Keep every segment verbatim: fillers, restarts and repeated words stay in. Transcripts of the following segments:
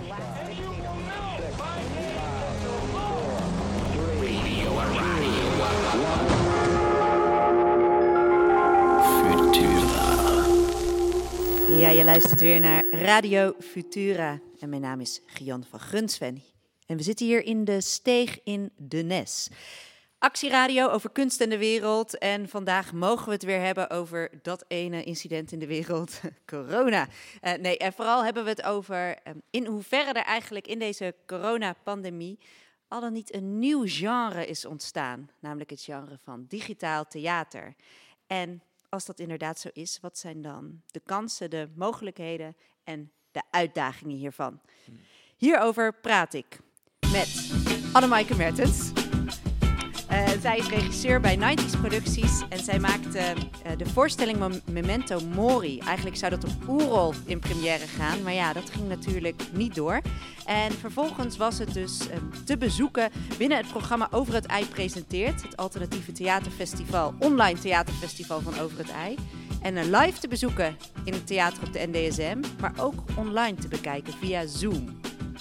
Ja, je luistert weer naar Radio Futura en mijn naam is Gian van Gunsven. En we zitten hier in de Steeg in De Nes. Actieradio over kunst en de wereld. En vandaag mogen we het weer hebben over dat ene incident in de wereld, corona. Uh, nee, en vooral hebben we het over um, in hoeverre er eigenlijk in deze coronapandemie al dan niet een nieuw genre is ontstaan. Namelijk het genre van digitaal theater. En als dat inderdaad zo is, wat zijn dan de kansen, de mogelijkheden en de uitdagingen hiervan? Hierover praat ik met Annemaike Mertens. Uh, zij is regisseur bij nineties Producties en zij maakte uh, de voorstelling Memento Mori. Eigenlijk zou dat op Oerol in première gaan, maar ja, dat ging natuurlijk niet door. En vervolgens was het dus uh, te bezoeken binnen het programma Over het Ei presenteert. Het alternatieve theaterfestival, online theaterfestival van Over het Ei. En uh, live te bezoeken in het theater op de N D S M, maar ook online te bekijken via Zoom.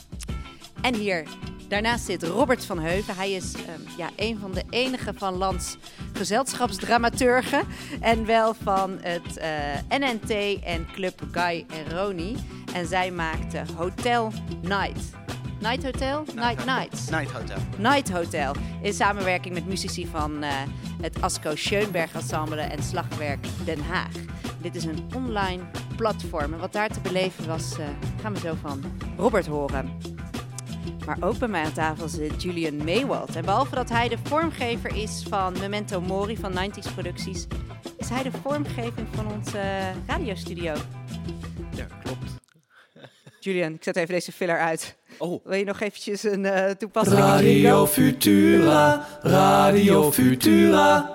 En hier daarnaast zit Robert van Heuven. Hij is um, ja, een van de enige van lands gezelschapsdramaturgen. En wel van het uh, N N T en Club Guy en Roni. En zij maakte Hotel Night. Night Hotel? Night, Night Nights. Night Hotel. Night Hotel. In samenwerking met muzici van uh, het Asko Schoenberg Ensemble en Slagwerk Den Haag. Dit is een online platform. En wat daar te beleven was, uh, gaan we zo van Robert horen. Maar ook bij mij aan tafel zit Julian Meewald. En behalve dat hij de vormgever is van Memento Mori van nineties Producties, is hij de vormgeving van onze radiostudio. Ja, klopt. Julian, ik zet even deze filler uit. Oh. Wil je nog eventjes een uh, toepasselijke Radio jingle? Futura, Radio Futura.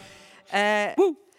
Uh,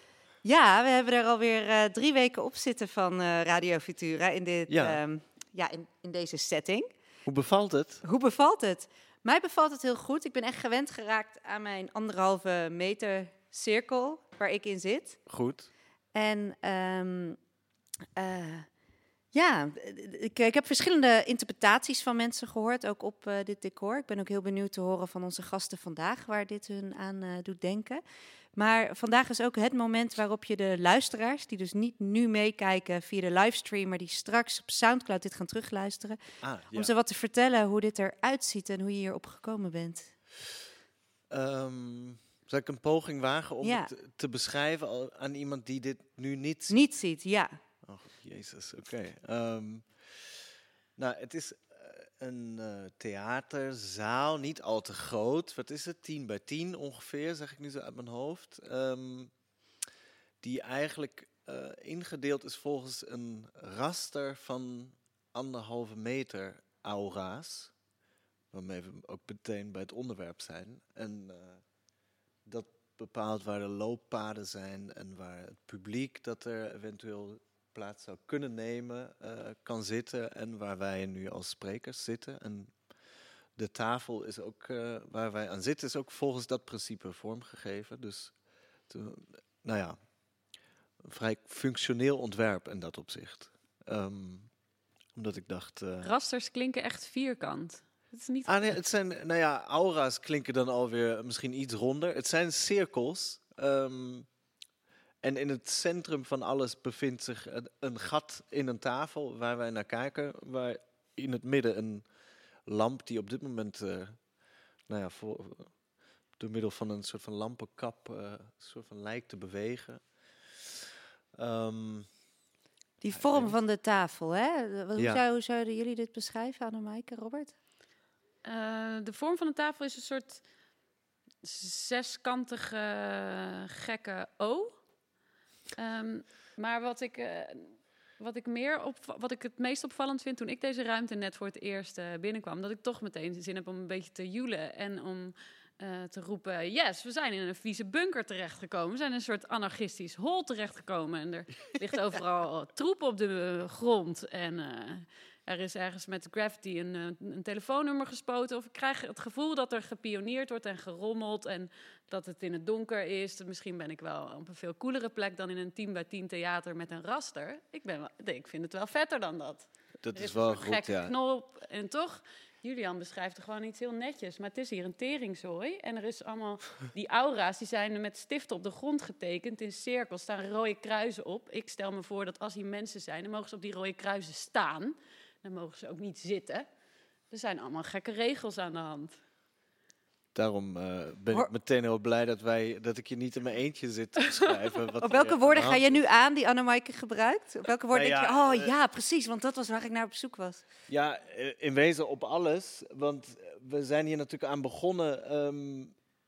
ja, we hebben er alweer uh, drie weken op zitten van uh, Radio Futura in, dit, Ja. um, ja, in, in deze setting. Hoe bevalt het? Hoe bevalt het? Mij bevalt het heel goed. Ik ben echt gewend geraakt aan mijn anderhalve meter cirkel waar ik in zit. Goed. En um, uh, ja, ik, ik heb verschillende interpretaties van mensen gehoord, ook op uh, dit decor. Ik ben ook heel benieuwd te horen van onze gasten vandaag, waar dit hun aan uh, doet denken. Maar vandaag is ook het moment waarop je de luisteraars, die dus niet nu meekijken via de livestream, maar die straks op Soundcloud dit gaan terugluisteren, Ah, ja. om ze wat te vertellen hoe dit eruit ziet en hoe je hierop gekomen bent. Um, zal ik een poging wagen om Ja. het te, te beschrijven al- aan iemand die dit nu niet ziet? Niet ziet, ja. Oh, jezus, oké. Okay. Um, nou, het is uh, een uh, theaterzaal, niet al te groot. Wat is het? tien bij tien ongeveer, zeg ik nu zo uit mijn hoofd. Um, die eigenlijk uh, ingedeeld is volgens een raster van anderhalve meter aura's. Waarmee we ook meteen bij het onderwerp zijn. En uh, dat bepaalt waar de looppaden zijn en waar het publiek dat er eventueel plaats zou kunnen nemen, uh, kan zitten en waar wij nu als sprekers zitten. En de tafel is ook, uh, waar wij aan zitten, is ook volgens dat principe vormgegeven. Dus, te, nou ja, een vrij functioneel ontwerp in dat opzicht. Um, omdat ik dacht... Uh, Rasters klinken echt vierkant. Het is niet... Ah nee, het zijn, nou ja, aura's klinken dan alweer misschien iets ronder. Het zijn cirkels. Um, En in het centrum van alles bevindt zich een, een gat in een tafel waar wij naar kijken. Waar in het midden een lamp die op dit moment, uh, nou ja, voor, door middel van een soort van lampenkap, uh, een soort van lijkt te bewegen. Um, Die vorm van de tafel, hè? Hoe, Ja. zou, hoe zouden jullie dit beschrijven, Annemaike, Robert? Uh, de vorm van de tafel is een soort zeskantige gekke O. Um, maar wat ik, uh, wat ik meer op, wat ik het meest opvallend vind toen ik deze ruimte net voor het eerst uh, binnenkwam, dat ik toch meteen zin heb om een beetje te joelen en om uh, te roepen: yes, we zijn in een vieze bunker terechtgekomen. We zijn in een soort anarchistisch hol terechtgekomen en er ligt overal troep op de grond en uh, er is ergens met graffiti een, een telefoonnummer gespoten. Of ik krijg het gevoel dat er gepioneerd wordt en gerommeld en dat het in het donker is. Misschien ben ik wel op een veel coolere plek dan in een tien bij tien theater met een raster. Ik, ben wel, ik vind het wel vetter dan dat. Dat Er is is wel een soort goed, gekke ja. knop. En toch, Julian beschrijft er gewoon iets heel netjes. Maar het is hier een teringzooi. En er is allemaal, die aura's, die zijn met stiften op de grond getekend. In cirkels staan rode kruisen op. Ik stel me voor dat als hier mensen zijn, dan mogen ze op die rode kruisen staan. Dan mogen ze ook niet zitten. Er zijn allemaal gekke regels aan de hand. Daarom eh, ben Hoor- ik meteen heel blij dat, wij, dat ik je niet in mijn eentje zit te schrijven. Wat Op hier welke aan woorden de ga je hand nu is. aan die Annemaike gebruikt? Op welke woorden Nou denk ja, je, oh eh, ja, precies, want dat was waar ik naar op zoek was. Ja, eh, in wezen op alles. Want we zijn hier natuurlijk aan begonnen ehm,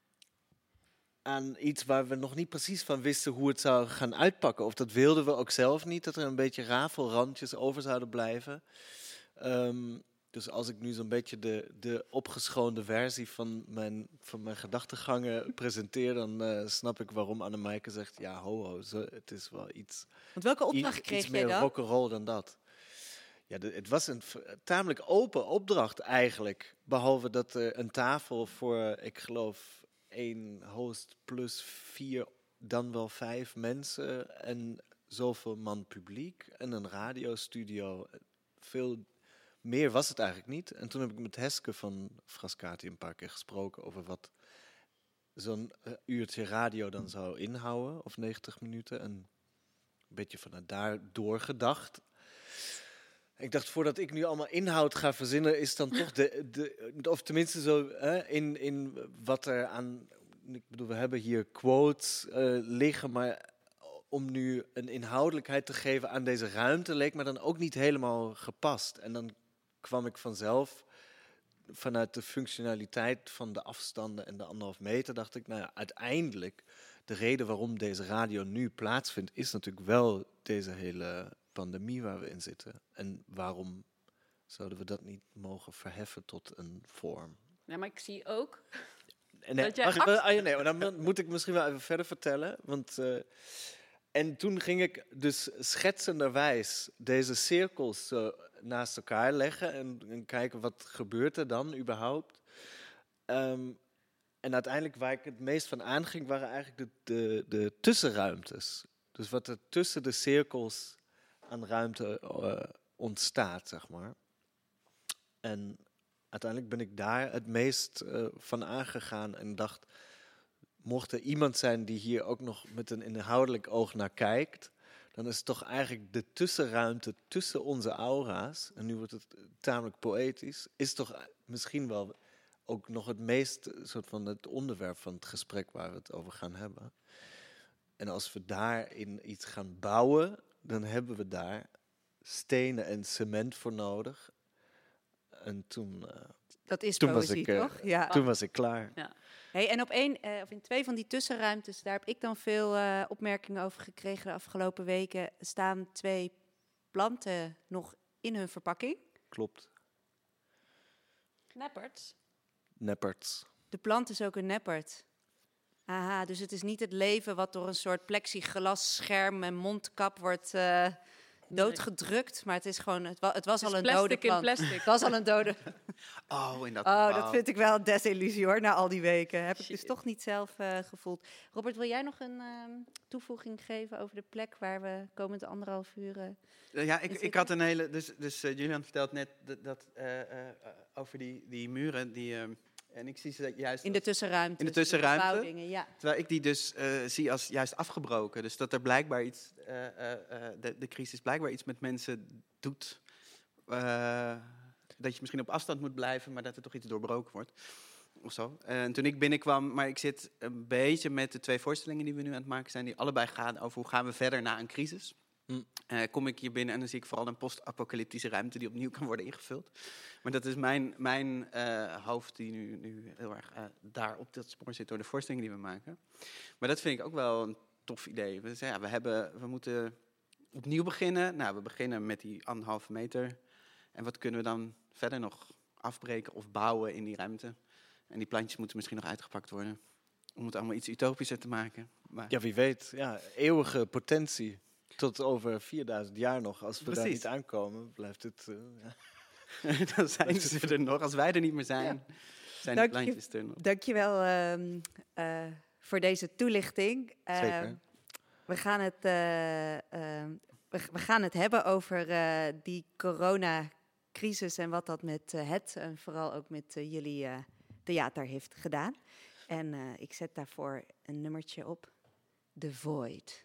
aan iets waar we nog niet precies van wisten hoe het zou gaan uitpakken. Of dat wilden we ook zelf niet, dat er een beetje rafelrandjes over zouden blijven. Ehm, dus als ik nu zo'n beetje de, de opgeschoonde versie van mijn, van mijn gedachtegangen presenteer, dan eh, snap ik waarom Annemaike zegt, ja ho ho, zo, het is wel iets... Want welke opdracht iets, kreeg iets jij meer dan? rock'n'roll dan dat. Ja, de- het was een v- tamelijk open opdracht eigenlijk. Behalve dat er een tafel voor, ik geloof, één host plus vier, dan wel vijf mensen en zoveel man publiek en een radiostudio. Veel meer was het eigenlijk niet. En toen heb ik met Heske van Frascati een paar keer gesproken over wat zo'n eh, uurtje radio dan zou inhouden, of negentig minuten. En een beetje vanuit daar doorgedacht. Ik dacht, voordat ik nu allemaal inhoud ga verzinnen, is dan toch de, de of tenminste zo hè, in, in wat er aan, ik bedoel, we hebben hier quotes eh, liggen, maar om nu een inhoudelijkheid te geven aan deze ruimte, leek me dan ook niet helemaal gepast. En dan kwam ik vanzelf vanuit de functionaliteit van de afstanden en de anderhalf meter, dacht ik, nou ja, uiteindelijk, de reden waarom deze radio nu plaatsvindt, is natuurlijk wel deze hele pandemie waar we in zitten. En waarom zouden we dat niet mogen verheffen tot een vorm? Ja, maar ik zie ook... En nee, Dat jij wacht, acht- ah, ja, nee, maar dan moet ik misschien wel even verder vertellen. Want, eh, en toen ging ik dus schetsenderwijs deze cirkels zo naast elkaar leggen en, en kijken wat gebeurt er dan überhaupt. Um, en uiteindelijk waar ik het meest van aanging waren eigenlijk de, de, de tussenruimtes. Dus wat er tussen de cirkels aan ruimte uh, ontstaat, zeg maar. En uiteindelijk ben ik daar het meest uh, van aangegaan en dacht, mocht er iemand zijn die hier ook nog met een inhoudelijk oog naar kijkt, dan is het toch eigenlijk de tussenruimte tussen onze aura's, en nu wordt het tamelijk poëtisch, is toch misschien wel ook nog het meest soort van het onderwerp van het gesprek waar we het over gaan hebben. En als we daarin iets gaan bouwen, dan hebben we daar stenen en cement voor nodig. En toen, uh, Dat is toen was poëzie, ik, uh, toch? Ja. Toen was ik klaar. Ja. Hey, en op één, uh, of in twee van die tussenruimtes, daar heb ik dan veel uh, opmerkingen over gekregen de afgelopen weken. Staan twee planten nog in hun verpakking. Klopt. Knapperts. Nepperts. De plant is ook een neppert. Aha, dus het is niet het leven wat door een soort plexiglas scherm en mondkap wordt uh, doodgedrukt. Maar het is gewoon, het, wa- het was Het al is een dode plastic in plant. plastic. Het was al een dode... Oh, in dat Oh, geval. dat vind ik wel een desillusie hoor, na al die weken. Heb ik dus toch niet zelf uh, gevoeld. Robert, wil jij nog een uh, toevoeging geven over de plek waar we komend anderhalf uur... Uh, Ja, ik, ik had een hele... Dus, dus uh, Julian vertelt net dat, dat uh, uh, over die, die muren. Die, uh, en ik zie ze juist... in de tussenruimte. In de tussenruimte. De bouwdingen, ja. Terwijl ik die dus uh, zie als juist afgebroken. Dus dat er blijkbaar iets... Uh, uh, de, de crisis blijkbaar iets met mensen doet. Uh, dat je misschien op afstand moet blijven, maar dat er toch iets doorbroken wordt. Of zo. Uh, en toen ik binnenkwam, maar ik zit een beetje met de twee voorstellingen die we nu aan het maken zijn, die allebei gaan over hoe gaan we verder na een crisis. Mm. Uh, kom ik hier binnen en dan zie ik vooral een post-apocalyptische ruimte die opnieuw kan worden ingevuld. Maar dat is mijn, mijn uh, hoofd die nu, nu heel erg uh, daar op dat spoor zit door de voorstellingen die we maken. Maar dat vind ik ook wel een tof idee. Dus, ja, we, hebben, we moeten opnieuw beginnen. Nou, we beginnen met die anderhalve meter. En wat kunnen we dan verder nog afbreken of bouwen in die ruimte? En die plantjes moeten misschien nog uitgepakt worden. Om het allemaal iets utopischer te maken. Maar Ja, wie weet. Ja, eeuwige potentie. Tot over vierduizend jaar nog. Als we Precies. daar niet aankomen, blijft het... Uh, ja. dan zijn ze er nog. Als wij er niet meer zijn, Ja. zijn Dank die je. plantjes er nog. Dankjewel um, uh, voor deze toelichting. Uh, Zeker. We gaan het uh, uh, we, we gaan het hebben over uh, die coronacrisis en wat dat met uh, het en vooral ook met uh, jullie uh, theater heeft gedaan. En uh, ik zet daarvoor een nummertje op. The Void.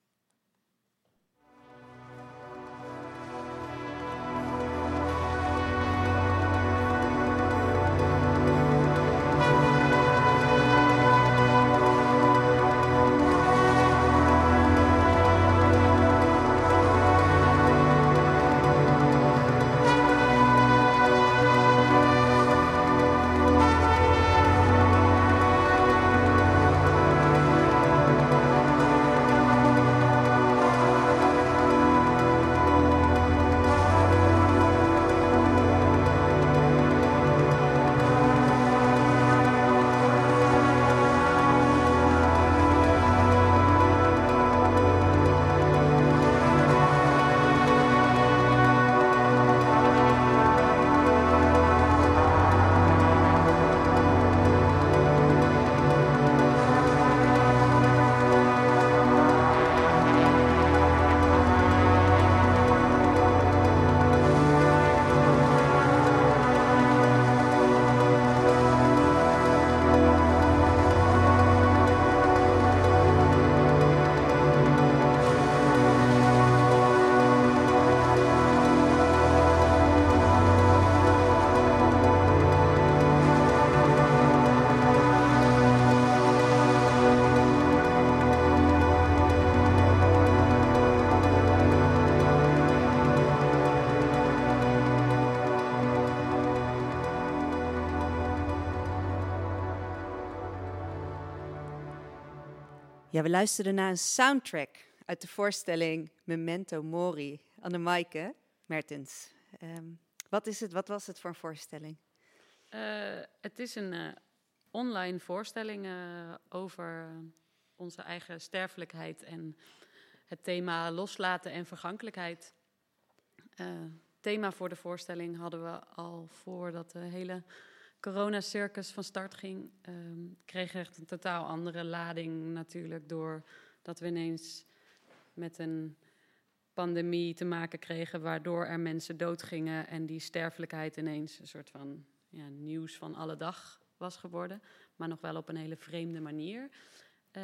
Ja, we luisterden naar een soundtrack uit de voorstelling Memento Mori. Annemaike Mertens, um, wat is het? Wat was het voor een voorstelling? Uh, het is een uh, online voorstelling uh, over onze eigen sterfelijkheid en het thema loslaten en vergankelijkheid. Het uh, thema voor de voorstelling hadden we al voordat de hele corona-circus van start ging. Um, kreeg echt een totaal andere lading natuurlijk, doordat we ineens met een pandemie te maken kregen, waardoor er mensen doodgingen en die sterfelijkheid ineens een soort van ja, nieuws van alle dag was geworden, maar nog wel op een hele vreemde manier. Uh,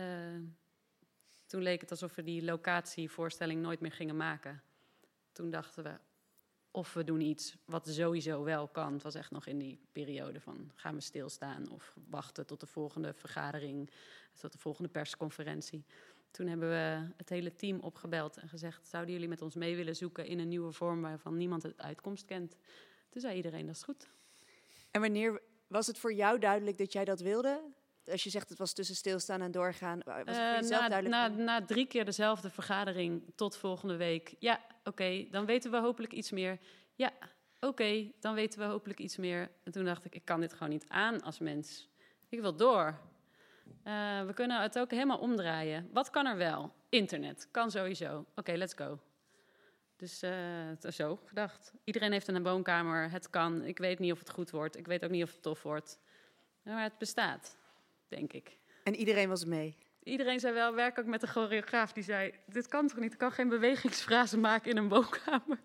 toen leek het alsof we die locatievoorstelling nooit meer gingen maken. Toen dachten we, of we doen iets wat sowieso wel kan. Het was echt nog in die periode van gaan we stilstaan of wachten tot de volgende vergadering, tot de volgende persconferentie. Toen hebben we het hele team opgebeld en gezegd, zouden jullie met ons mee willen zoeken in een nieuwe vorm waarvan niemand de uitkomst kent? Toen zei iedereen, dat is goed. En wanneer was het voor jou duidelijk dat jij dat wilde? Als je zegt het was tussen stilstaan en doorgaan, was het voor Uh, jezelf na, duidelijk? na, van... na drie keer dezelfde vergadering tot volgende week. Ja, oké, okay, dan weten we hopelijk iets meer. Ja, oké, okay, dan weten we hopelijk iets meer. En toen dacht ik, ik kan dit gewoon niet aan als mens. Ik wil door. Uh, we kunnen het ook helemaal omdraaien. Wat kan er wel? Internet, kan sowieso. Oké, okay, let's go. Dus uh, het is zo gedacht. Iedereen heeft een woonkamer, het kan. Ik weet niet of het goed wordt. Ik weet ook niet of het tof wordt. Maar het bestaat, denk ik. En iedereen was mee? Iedereen zei wel, werk ook met de choreograaf. Die zei, dit kan toch niet? Ik kan geen bewegingsfrase maken in een woonkamer.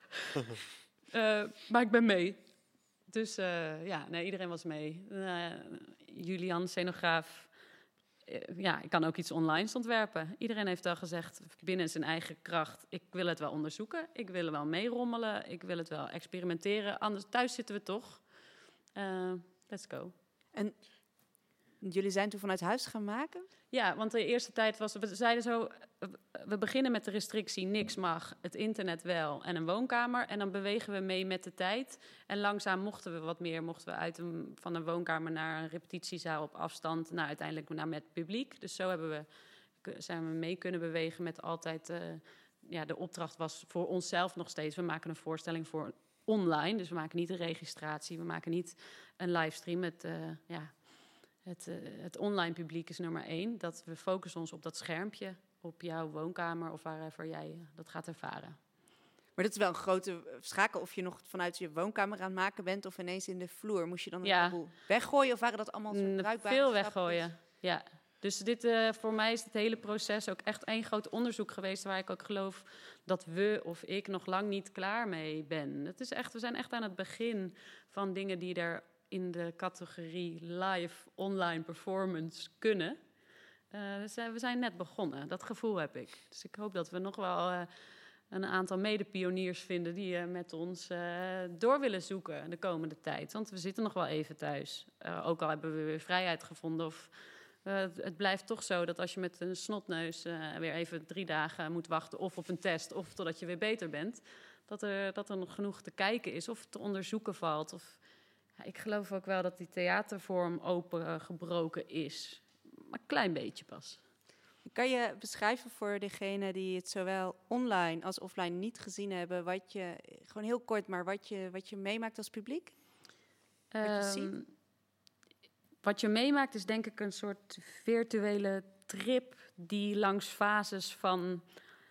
uh, maar ik ben mee. Dus uh, ja, nee, iedereen was mee. Uh, Julian, scenograaf. Uh, ja, ik kan ook iets online ontwerpen. Iedereen heeft al gezegd, binnen zijn eigen kracht, ik wil het wel onderzoeken. Ik wil er wel meerommelen. Ik wil het wel experimenteren. Anders, thuis zitten we toch. Uh, let's go. En jullie zijn toen vanuit huis gaan maken? Ja, want de eerste tijd was... We zeiden zo, we beginnen met de restrictie, niks mag, het internet wel en een woonkamer. En dan bewegen we mee met de tijd. En langzaam mochten we wat meer, mochten we uit een, van een woonkamer naar een repetitiezaal op afstand. Nou, uiteindelijk naar met publiek. Dus zo hebben we, zijn we mee kunnen bewegen met altijd... Uh, ja, de opdracht was voor onszelf nog steeds, we maken een voorstelling voor online. Dus we maken niet een registratie, we maken niet een livestream. Het, uh, ja... Het, uh, het online publiek is nummer één. Dat we focussen ons op dat schermpje, op jouw woonkamer of waarover jij uh, dat gaat ervaren. Maar dat is wel een grote schakel of je nog vanuit je woonkamer aan het maken bent of ineens in de vloer. Moest je dan een ja. boel weggooien of waren dat allemaal soort bruikbare Veel stapjes? weggooien, ja. Dus dit, uh, voor mij is het hele proces ook echt één groot onderzoek geweest... waar ik ook geloof dat we of ik nog lang niet klaar mee ben. Het is echt, we zijn echt aan het begin van dingen die er in de categorie live online performance kunnen. Uh, dus, uh, we zijn net begonnen, dat gevoel heb ik. Dus ik hoop dat we nog wel uh, een aantal medepioniers vinden... die uh, met ons uh, door willen zoeken de komende tijd. Want we zitten nog wel even thuis. Uh, ook al hebben we weer vrijheid gevonden... of Uh, het, het blijft toch zo dat als je met een snotneus uh, weer even drie dagen moet wachten... of op een test, of totdat je weer beter bent... dat er, dat er nog genoeg te kijken is of te onderzoeken valt. Of, ja, ik geloof ook wel dat die theatervorm opengebroken uh, is. Maar een klein beetje pas. Kan je beschrijven voor degenen die het zowel online als offline niet gezien hebben... wat je, gewoon heel kort, maar wat je, wat je meemaakt als publiek? Wat je Um, ziet? Wat je meemaakt is denk ik een soort virtuele trip... die langs fases van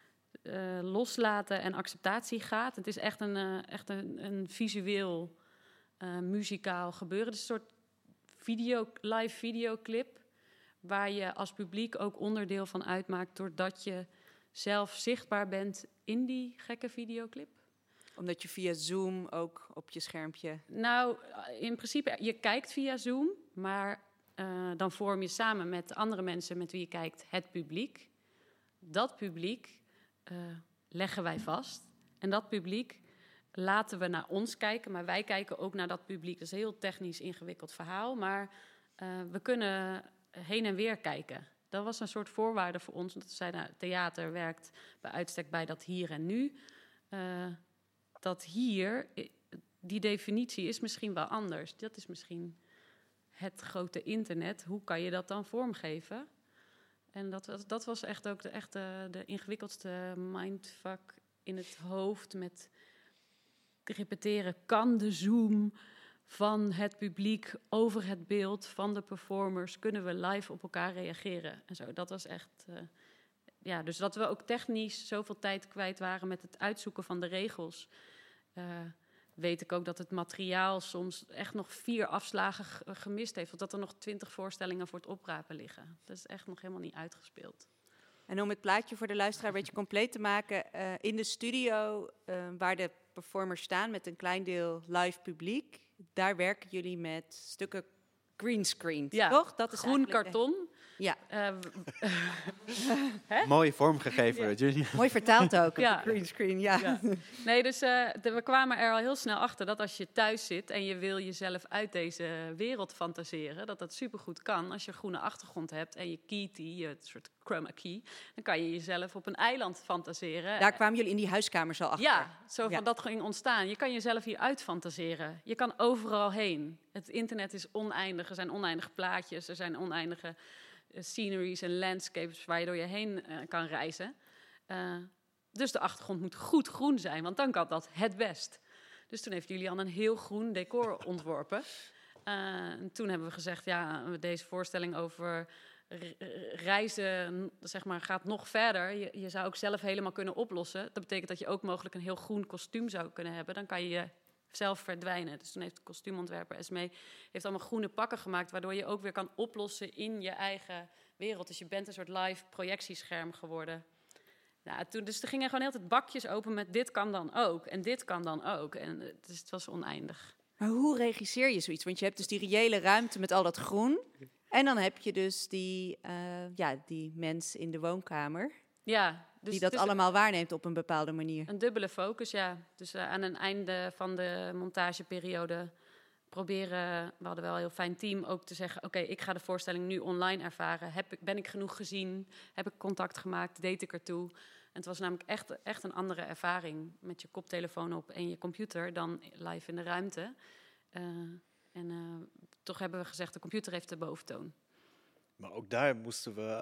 uh, loslaten en acceptatie gaat. Het is echt een, uh, echt een, een visueel, uh, muzikaal gebeuren. Het is een soort video, live videoclip... waar je als publiek ook onderdeel van uitmaakt... doordat je zelf zichtbaar bent in die gekke videoclip. Omdat je via Zoom ook op je schermpje... Nou, in principe, je kijkt via Zoom... maar uh, dan vorm je samen met andere mensen met wie je kijkt het publiek. Dat publiek uh, leggen wij vast. En dat publiek laten we naar ons kijken... maar wij kijken ook naar dat publiek. Dat is een heel technisch ingewikkeld verhaal... maar uh, we kunnen heen en weer kijken. Dat was een soort voorwaarde voor ons. Want we zeiden, nou, theater werkt bij uitstek bij dat hier en nu... Uh, dat hier, die definitie is misschien wel anders. Dat is misschien het grote internet. Hoe kan je dat dan vormgeven? En dat, was, dat was echt ook de, echt de, de ingewikkeldste mindfuck in het hoofd... met repeteren, kan de Zoom van het publiek over het beeld van de performers... kunnen we live op elkaar reageren? En zo, dat was echt... Uh, Ja, dus dat we ook technisch zoveel tijd kwijt waren met het uitzoeken van de regels. Uh, weet ik ook dat het materiaal soms echt nog vier afslagen g- gemist heeft. Of dat er nog twintig voorstellingen voor het oprapen liggen. Dat is echt nog helemaal niet uitgespeeld. En om het plaatje voor de luisteraar een beetje compleet te maken... Uh, in de studio uh, waar de performers staan met een klein deel live publiek... daar werken jullie met stukken greenscreen, Ja, toch? Dat is groen eigenlijk- karton. Ja, Uh, Mooi vormgegeven, Ja. Virginia. mooi vertaald ook, Ja. op de greenscreen, ja. Ja. Nee, dus uh, de, we kwamen er al heel snel achter dat als je thuis zit... en je wil jezelf uit deze wereld fantaseren... dat dat supergoed kan als je een groene achtergrond hebt... en je keyt die, je soort chroma key... dan kan je jezelf op een eiland fantaseren. Daar kwamen jullie in die huiskamers al achter. Ja, zo van Ja. dat ging ontstaan. Je kan jezelf hier uitfantaseren. Je kan overal heen. Het internet is oneindig. Er zijn oneindige plaatjes, er zijn oneindige... Uh, sceneries en landscapes waar je door je heen uh, kan reizen. Uh, dus de achtergrond moet goed groen zijn, want dan kan dat het best. Dus toen heeft Julian een heel groen decor ontworpen. Uh, en toen hebben we gezegd, ja, deze voorstelling over re- reizen zeg maar, gaat nog verder. Je, je zou ook zelf helemaal kunnen oplossen. Dat betekent dat je ook mogelijk een heel groen kostuum zou kunnen hebben. Dan kan je je zelf verdwijnen. Dus toen heeft de kostuumontwerper Esmee heeft allemaal groene pakken gemaakt, waardoor je ook weer kan oplossen in je eigen wereld. Dus je bent een soort live projectiescherm geworden. Nou, toen, dus er gingen gewoon heel tijd bakjes open met dit kan dan ook en dit kan dan ook. En dus het was oneindig. Maar hoe regisseer je zoiets? Want je hebt dus die reële ruimte met al dat groen. En dan heb je dus die, uh, ja, die mens in de woonkamer... Ja, dus die dat het is allemaal waarneemt op een bepaalde manier. een dubbele focus, ja. Dus uh, aan het einde van de montageperiode proberen... we hadden wel een heel fijn team ook te zeggen... oké, okay, ik ga de voorstelling nu online ervaren. Heb ik, ben ik genoeg gezien? Heb ik contact gemaakt? Deed ik ertoe? En het was namelijk echt, echt een andere ervaring... met je koptelefoon op en je computer dan live in de ruimte. Uh, en uh, toch hebben we gezegd, de computer heeft de boventoon. Maar ook daar moesten we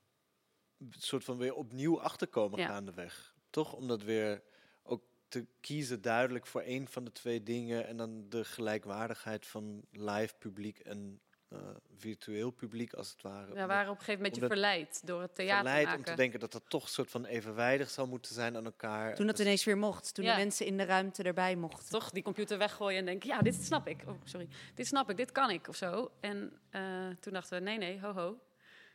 een soort van weer opnieuw achterkomen Ja. gaandeweg. Toch? Om dat weer ook te kiezen duidelijk voor één van de twee dingen. En dan de gelijkwaardigheid van live publiek en uh, virtueel publiek als het ware. We waren op een gegeven moment omdat- verleid door het theater verleid maken. om te denken dat dat toch een soort van evenwijdig zou moeten zijn aan elkaar. Toen dat Dus- ineens weer mocht. Toen Ja. de mensen in de ruimte erbij mochten. Toch die computer weggooien en denken, ja, dit snap ik. Oh, sorry. Dit snap ik, dit kan ik of zo. En uh, toen dachten we, nee, nee, ho, ho.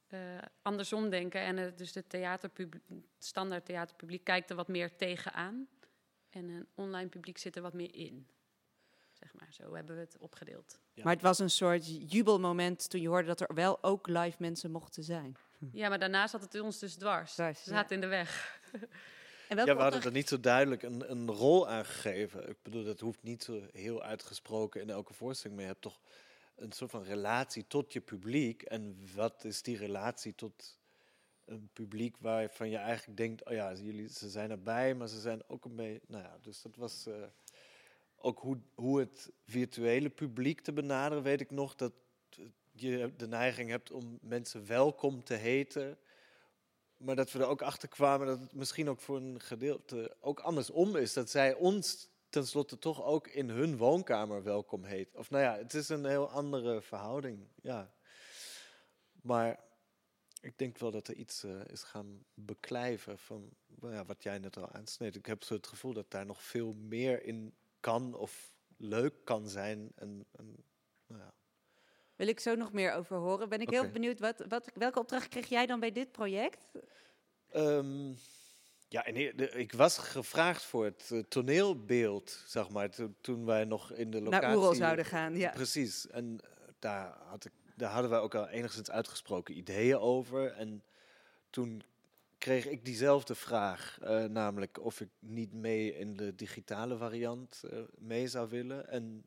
uh, andersom denken. En uh, dus de theaterpubliek, standaard theaterpubliek kijkt er wat meer tegenaan. En een online publiek zit er wat meer in. Zeg maar, zo hebben we het opgedeeld. Ja. Maar het was een soort jubelmoment toen je hoorde dat er wel ook live mensen mochten zijn. Ja, maar daarna zat het ons dus dwars. dwars Ze zaten ja. in de weg. En ja, we hadden er niet zo duidelijk een, een rol aan gegeven. Ik bedoel, dat hoeft niet zo heel uitgesproken in elke voorstelling. Maar je hebt toch een soort van relatie tot je publiek. En wat is die relatie tot een publiek waarvan je eigenlijk denkt... oh ja, jullie, ze zijn erbij, maar ze zijn ook een beetje... Nou ja, dus dat was... Uh, ook hoe, hoe het virtuele publiek te benaderen, weet ik nog... dat je de neiging hebt om mensen welkom te heten... maar dat we er ook achter kwamen dat het misschien ook voor een gedeelte ook andersom is. Dat zij ons tenslotte toch ook in hun woonkamer welkom heet. Of nou ja, het is een heel andere verhouding, ja. Maar ik denk wel dat er iets uh, is gaan beklijven van nou ja, wat jij net al aansneed. Ik heb zo het gevoel dat daar nog veel meer in kan of leuk kan zijn. En, en nou ja. Wil ik zo nog meer over horen. Ben ik okay. heel benieuwd, wat, wat, welke opdracht kreeg jij dan bij dit project? Um, ja, en de, ik was gevraagd voor het uh, toneelbeeld, zeg maar, to, toen wij nog in de locatie... Naar Oerol zouden gaan, ja. Precies, en uh, daar, had ik, daar hadden wij ook al enigszins uitgesproken ideeën over. En toen kreeg ik diezelfde vraag, uh, namelijk of ik niet mee in de digitale variant uh, mee zou willen. En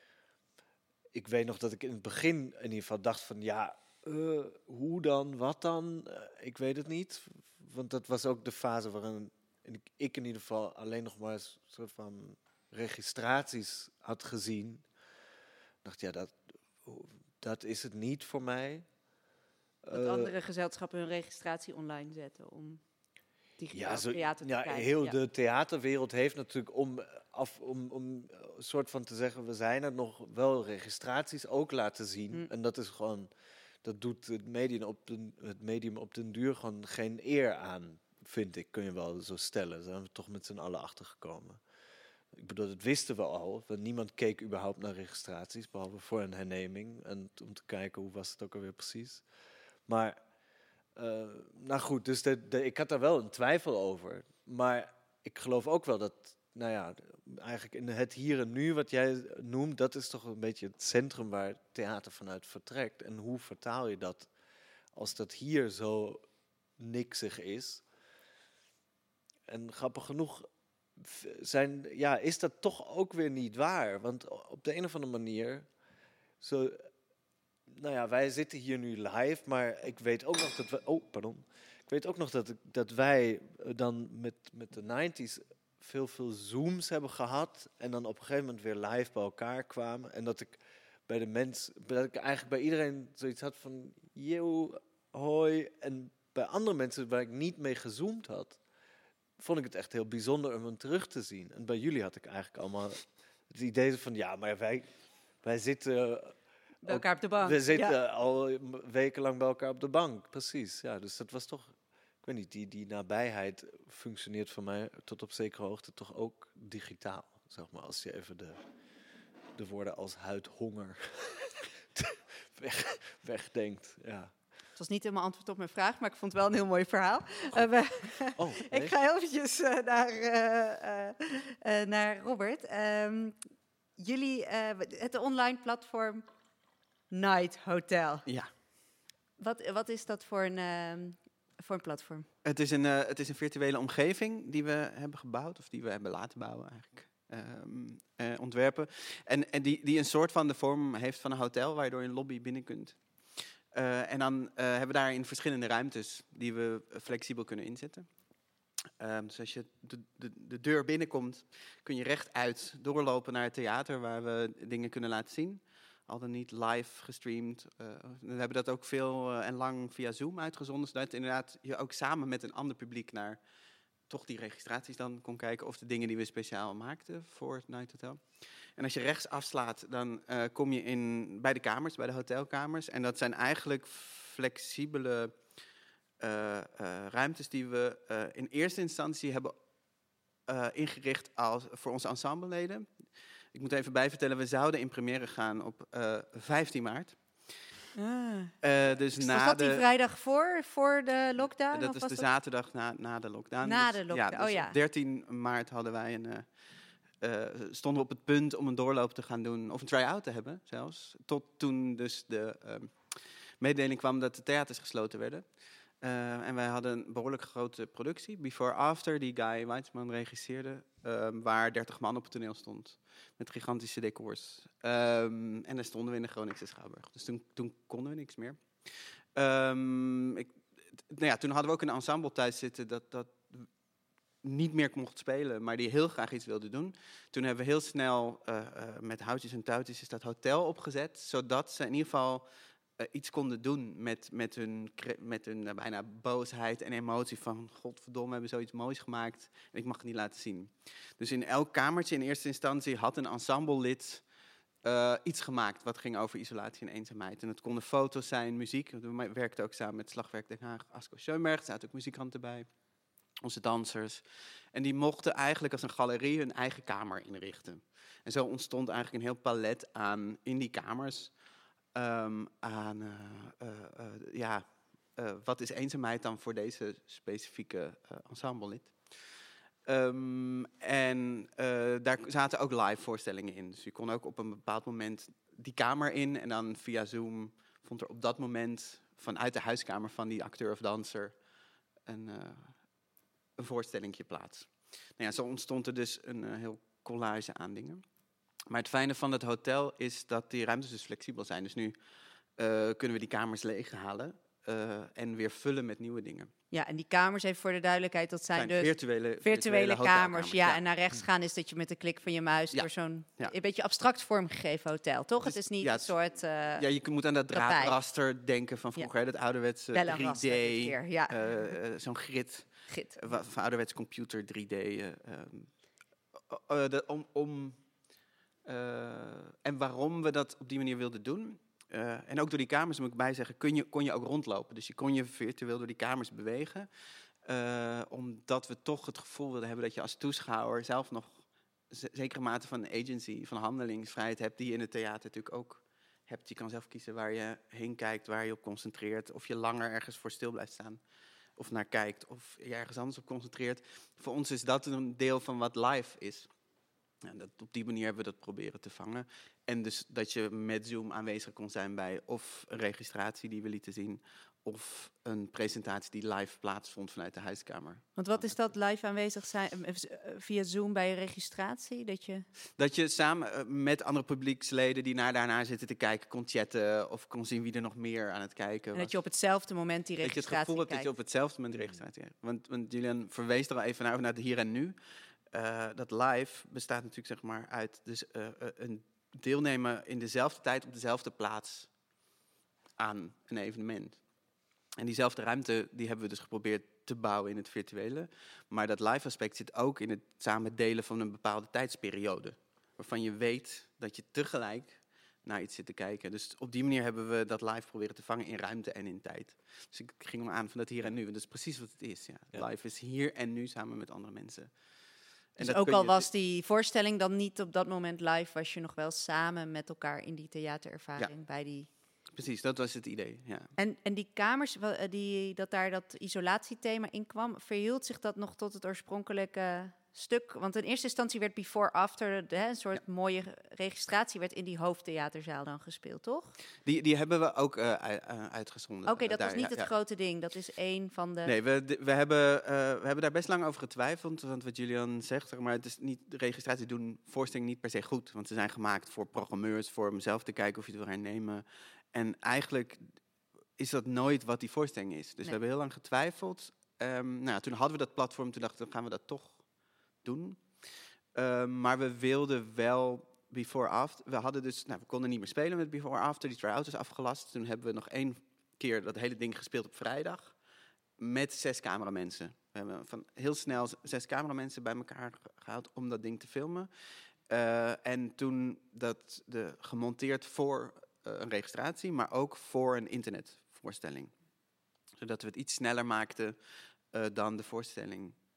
ik weet nog dat ik in het begin in ieder geval dacht van ja, uh, hoe dan, wat dan? Uh, ik weet het niet. Want dat was ook de fase waarin ik, ik in ieder geval alleen nog maar een soort van registraties had gezien. Ik dacht ja, dat, dat is het niet voor mij. Dat uh, andere gezelschappen hun registratie online zetten om digitaal ja, zo, theater te ja, kijken. Heel ja. De theaterwereld heeft natuurlijk om, af, om, om een soort van te zeggen, we zijn er nog wel registraties ook laten zien. Hmm. En dat is gewoon, dat doet het medium op den, het medium op den duur gewoon geen eer aan, vind ik, kun je wel zo stellen. Daar zijn we toch met z'n allen achtergekomen. Ik bedoel, dat wisten we al, want niemand keek überhaupt naar registraties, behalve voor een herneming. En om te kijken, hoe was het ook alweer precies. Maar, uh, nou goed, dus de, de, ik had daar wel een twijfel over. Maar ik geloof ook wel dat, nou ja, eigenlijk in het hier en nu wat jij noemt, dat is toch een beetje het centrum waar theater vanuit vertrekt. En hoe vertaal je dat als dat hier zo niksig is? En grappig genoeg zijn, ja, is dat toch ook weer niet waar. Want op de een of andere manier, zo... Nou ja, wij zitten hier nu live, maar ik weet ook nog dat we... Oh, pardon. Ik weet ook nog dat, dat wij dan met, met de negentig veel, veel Zooms hebben gehad. En dan op een gegeven moment weer live bij elkaar kwamen. En dat ik bij de mensen... Dat ik eigenlijk bij iedereen zoiets had van... Yo, hoi. En bij andere mensen waar ik niet mee gezoomd had, vond ik het echt heel bijzonder om hem terug te zien. En bij jullie had ik eigenlijk allemaal het idee van... Ja, maar wij, wij zitten... Bij elkaar op de bank. We zitten ja. al wekenlang bij elkaar op de bank, precies. Ja, dus dat was toch, ik weet niet, die, die nabijheid functioneert voor mij tot op zekere hoogte toch ook digitaal. Zeg maar, als je even de, de woorden als huidhonger weg, wegdenkt. Ja. Het was niet helemaal antwoord op mijn vraag, maar ik vond het wel een heel mooi verhaal. Oh. Uh, we, oh, nee. Ik ga eventjes uh, naar, uh, uh, uh, naar Robert. Um, jullie, uh, het online platform Night Hotel. Ja. Wat, wat is dat voor een, uh, voor een platform? Het is een, uh, het is een virtuele omgeving die we hebben gebouwd, of die we hebben laten bouwen eigenlijk. Um, uh, ontwerpen. En, en die, die een soort van de vorm heeft van een hotel, waar je door een lobby binnen kunt. Uh, en dan uh, hebben we daarin verschillende ruimtes die we flexibel kunnen inzetten. Um, dus als je de, de, de deur binnenkomt, kun je rechtuit doorlopen naar het theater waar we dingen kunnen laten zien. Al dan niet live gestreamd. Uh, we hebben dat ook veel uh, en lang via Zoom uitgezonden, zodat inderdaad je ook samen met een ander publiek naar toch die registraties dan kon kijken, of de dingen die we speciaal maakten voor het Night Hotel. En als je rechts afslaat, dan uh, kom je in, bij de kamers, bij de hotelkamers. En dat zijn eigenlijk flexibele uh, uh, ruimtes die we uh, in eerste instantie hebben uh, ingericht als, voor onze ensembleleden. Ik moet even bijvertellen, we zouden in première gaan op uh, vijftien maart. Ah. Uh, dus Dus na was dat de, die vrijdag voor, voor de lockdown? dat of is was de dat... zaterdag na, na de lockdown. Na Dus, de lockdown, ja, dus oh ja. op dertien maart hadden wij een, uh, uh, stonden we op het punt om een doorloop te gaan doen, of een try-out te hebben zelfs. Tot toen dus de uh, mededeling kwam dat de theaters gesloten werden. Uh, en wij hadden een behoorlijk grote productie, Before After, die Guy Weitzman regisseerde, uh, waar dertig man op het toneel stond. Met gigantische decors. Um, en daar stonden we in de Groningse Schouwburg. Dus toen, toen konden we niks meer. Um, ik, nou ja, toen hadden we ook een ensemble thuis zitten dat, dat niet meer mocht spelen, maar die heel graag iets wilde doen. Toen hebben we heel snel uh, uh, met houtjes en touwtjes is dat hotel opgezet, zodat ze in ieder geval uh, iets konden doen met, met hun, met hun uh, bijna boosheid en emotie van godverdomme, we hebben zoiets moois gemaakt en ik mag het niet laten zien. Dus in elk kamertje in eerste instantie had een ensemblelid uh, iets gemaakt wat ging over isolatie en eenzaamheid. En het konden foto's zijn, muziek. We werkten ook samen met Slagwerk Den Haag, Asko Schoenberg, er zaten ook muzikanten bij. Onze dansers. En die mochten eigenlijk als een galerie hun eigen kamer inrichten. En zo ontstond eigenlijk een heel palet aan, in die kamers, um, aan, uh, uh, uh, ja, uh, wat is eenzaamheid dan voor deze specifieke uh, ensemblelid. Um, en uh, daar zaten ook live voorstellingen in. Dus je kon ook op een bepaald moment die kamer in en dan via Zoom vond er op dat moment vanuit de huiskamer van die acteur of danser een... Uh, een voorstellingje plaats. Nou ja, zo ontstond er dus een uh, heel collage aan dingen. Maar het fijne van het hotel is dat die ruimtes dus flexibel zijn. Dus nu uh, kunnen we die kamers leeghalen uh, en weer vullen met nieuwe dingen. Ja, en die kamers, even voor de duidelijkheid, dat zijn, zijn dus virtuele, virtuele, virtuele kamers. Ja, ja, en naar rechts gaan is dat je met de klik van je muis ja. door zo'n ja. een beetje abstract vormgegeven hotel, toch? Dus, het is niet ja, een soort... Uh, ja, je moet aan dat draadraster denken van vroeger, ja. Dat ouderwetse Bellen drie D, raster, ja. uh, uh, zo'n grid. Git. Van ouderwets computer drie D. Uh, um, uh, de, om, om, uh, en waarom we dat op die manier wilden doen. Uh, en ook door die kamers, moet ik bijzeggen, kun je, kon je ook rondlopen. Dus je kon je virtueel door die kamers bewegen. Uh, omdat we toch het gevoel wilden hebben dat je als toeschouwer zelf nog z- zekere mate van agency, van handelingsvrijheid hebt, die je in het theater natuurlijk ook hebt. Je kan zelf kiezen waar je heen kijkt, waar je op concentreert. Of je langer ergens voor stil blijft staan. Of naar kijkt, of je ergens anders op concentreert. Voor ons is dat een deel van wat live is. En dat, op die manier hebben we dat proberen te vangen. En dus dat je met Zoom aanwezig kon zijn bij of een registratie die we lieten zien, of een presentatie die live plaatsvond vanuit de huiskamer. Want wat is dat live aanwezig zijn via Zoom bij een registratie? Dat je, dat je samen met andere publieksleden die naar daarna zitten te kijken kon chatten of kon zien wie er nog meer aan het kijken was. En dat je op hetzelfde moment die registratie Dat je het gevoel hebt kijkt. dat je op hetzelfde moment die registratie hebt. Want, want Julian verwees er al even naar, naar het hier en nu. Uh, dat live bestaat natuurlijk zeg maar uit dus, uh, uh, een deelnemen in dezelfde tijd op dezelfde plaats aan een evenement. En diezelfde ruimte die hebben we dus geprobeerd te bouwen in het virtuele. Maar dat live aspect zit ook in het samen delen van een bepaalde tijdsperiode. Waarvan je weet dat je tegelijk naar iets zit te kijken. Dus op die manier hebben we dat live proberen te vangen in ruimte en in tijd. Dus ik ging hem aan van dat hier en nu. En dat is precies wat het is. Ja. Ja. Live is hier en nu samen met andere mensen. En dus ook al was die voorstelling dan niet op dat moment live, was je nog wel samen met elkaar in die theaterervaring ja. bij die... Precies, dat was het idee, ja. En, en die kamers, die, dat daar dat isolatiethema in kwam, verhield zich dat nog tot het oorspronkelijke stuk? Want in eerste instantie werd Before After, hè, een soort ja. mooie registratie, werd in die hoofdtheaterzaal dan gespeeld, toch? Die, die hebben we ook uh, uitgezonden. Oké, okay, dat daar, was niet ja, het ja. grote ding, dat is één van de... Nee, we, we, hebben, uh, we hebben daar best lang over getwijfeld, want wat Julian zegt, maar het is niet, de registraties doen voorstellingen niet per se goed, want ze zijn gemaakt voor programmeurs, voor om zelf te kijken of je het wil hernemen. En eigenlijk is dat nooit wat die voorstelling is. Dus nee. we hebben heel lang getwijfeld. Um, nou, toen hadden we dat platform, toen dachten we, gaan we dat toch doen. Um, maar we wilden wel Before After. We hadden dus, nou, we konden niet meer spelen met Before After. Die try-out is afgelast. Toen hebben we nog één keer dat hele ding gespeeld op vrijdag. Met zes cameramensen. We hebben van heel snel zes cameramensen bij elkaar gehaald om dat ding te filmen. Uh, en toen dat de, gemonteerd voor uh, een registratie, maar ook voor een internetvoorstelling. Zodat we het iets sneller maakten uh, dan de voorstelling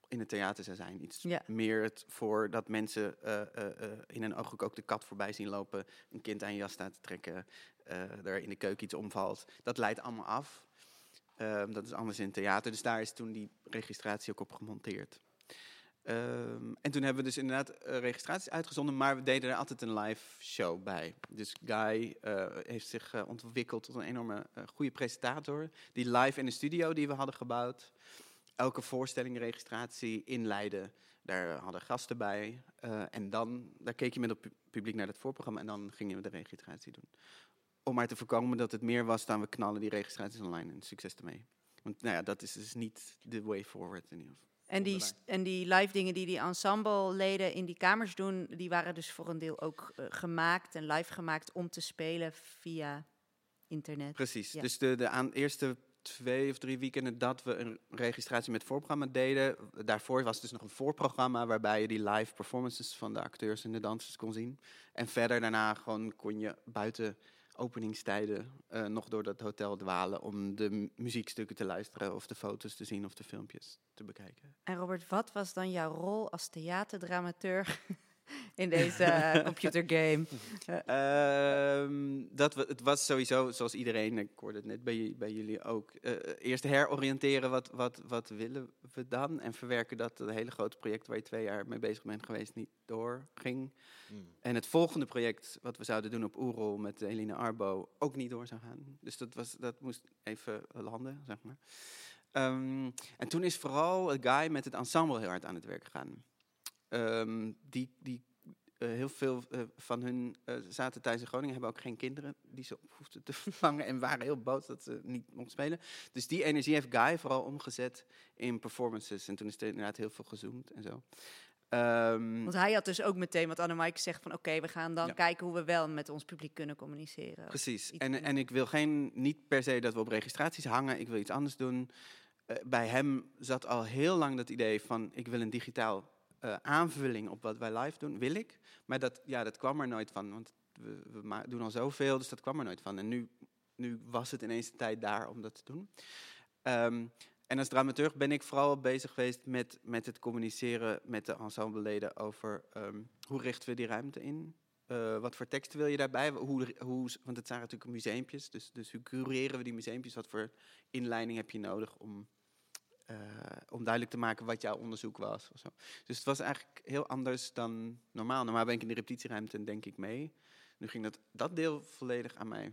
in het theater zou zijn. Iets Ja. meer het voor dat mensen uh, uh, uh, in een ooghoek ook de kat voorbij zien lopen, een kind aan je jas staat te trekken, uh, er in de keuken iets omvalt. Dat leidt allemaal af. Uh, dat is anders in het theater. Dus daar is toen die registratie ook op gemonteerd. Um, en toen hebben we dus inderdaad uh, registraties uitgezonden, maar we deden er altijd een live show bij. Dus Guy uh, heeft zich uh, ontwikkeld tot een enorme uh, goede presentator, die live in de studio die we hadden gebouwd, elke voorstelling, registratie inleidde. Daar hadden gasten bij. Uh, en dan daar keek je met het pu- publiek naar het voorprogramma en dan gingen we de registratie doen. Om maar te voorkomen dat het meer was dan we knallen die registraties online en succes ermee. Want nou ja, dat is dus niet de way forward in ieder geval. En die, st- en die live dingen die die ensembleleden in die kamers doen, die waren dus voor een deel ook uh, gemaakt en live gemaakt om te spelen via internet. Precies. Ja. Dus de, de aan, eerste twee of drie weekenden dat we een registratie met voorprogramma deden, daarvoor was dus nog een voorprogramma waarbij je die live performances van de acteurs en de dansers kon zien. En verder daarna gewoon kon je buiten openingstijden uh, nog door dat hotel dwalen om de mu- muziekstukken te luisteren of de foto's te zien of de filmpjes te bekijken. En Robert, wat was dan jouw rol als theaterdramateur in deze uh, computergame? Uh, dat we, het was sowieso, zoals iedereen, ik hoorde het net bij, bij jullie ook, uh, eerst heroriënteren wat, wat, wat willen we dan en verwerken dat het hele grote project waar je twee jaar mee bezig bent geweest niet doorging. Mm. En het volgende project wat we zouden doen op Oerol met Eline Arbo ook niet door zou gaan. Dus dat, was, dat moest even landen, zeg maar. Um, en toen is vooral het Guy met het ensemble heel hard aan het werk gegaan. Um, die, die uh, heel veel uh, van hun uh, zaten thuis in Groningen, hebben ook geen kinderen die ze op hoefden te vervangen en waren heel boos dat ze niet mochten spelen. Dus die energie heeft Guy vooral omgezet in performances. En toen is er inderdaad heel veel gezoomd en zo. Um, Want hij had dus ook meteen wat Annemaike zegt van oké, okay, we gaan dan ja. kijken hoe we wel met ons publiek kunnen communiceren. Precies. En, en ik wil geen, niet per se dat we op registraties hangen, ik wil iets anders doen. Uh, bij hem zat al heel lang dat idee van ik wil een digitaal uh, aanvulling op wat wij live doen, wil ik. Maar dat, ja, dat kwam er nooit van, want we, we ma- doen al zoveel, dus dat kwam er nooit van. En nu, nu was het ineens de tijd daar om dat te doen. Um, En als dramaturg ben ik vooral bezig geweest met, met het communiceren met de ensembleleden over um, hoe richten we die ruimte in? Uh, wat voor teksten wil je daarbij? Hoe, hoe, want het zijn natuurlijk museumpjes, dus, dus hoe cureren we die museumpjes? Wat voor inleiding heb je nodig om, uh, om duidelijk te maken wat jouw onderzoek was? Of zo. Dus het was eigenlijk heel anders dan normaal. Normaal ben ik in de repetitieruimte en denk ik mee. Nu ging dat, dat deel volledig aan mij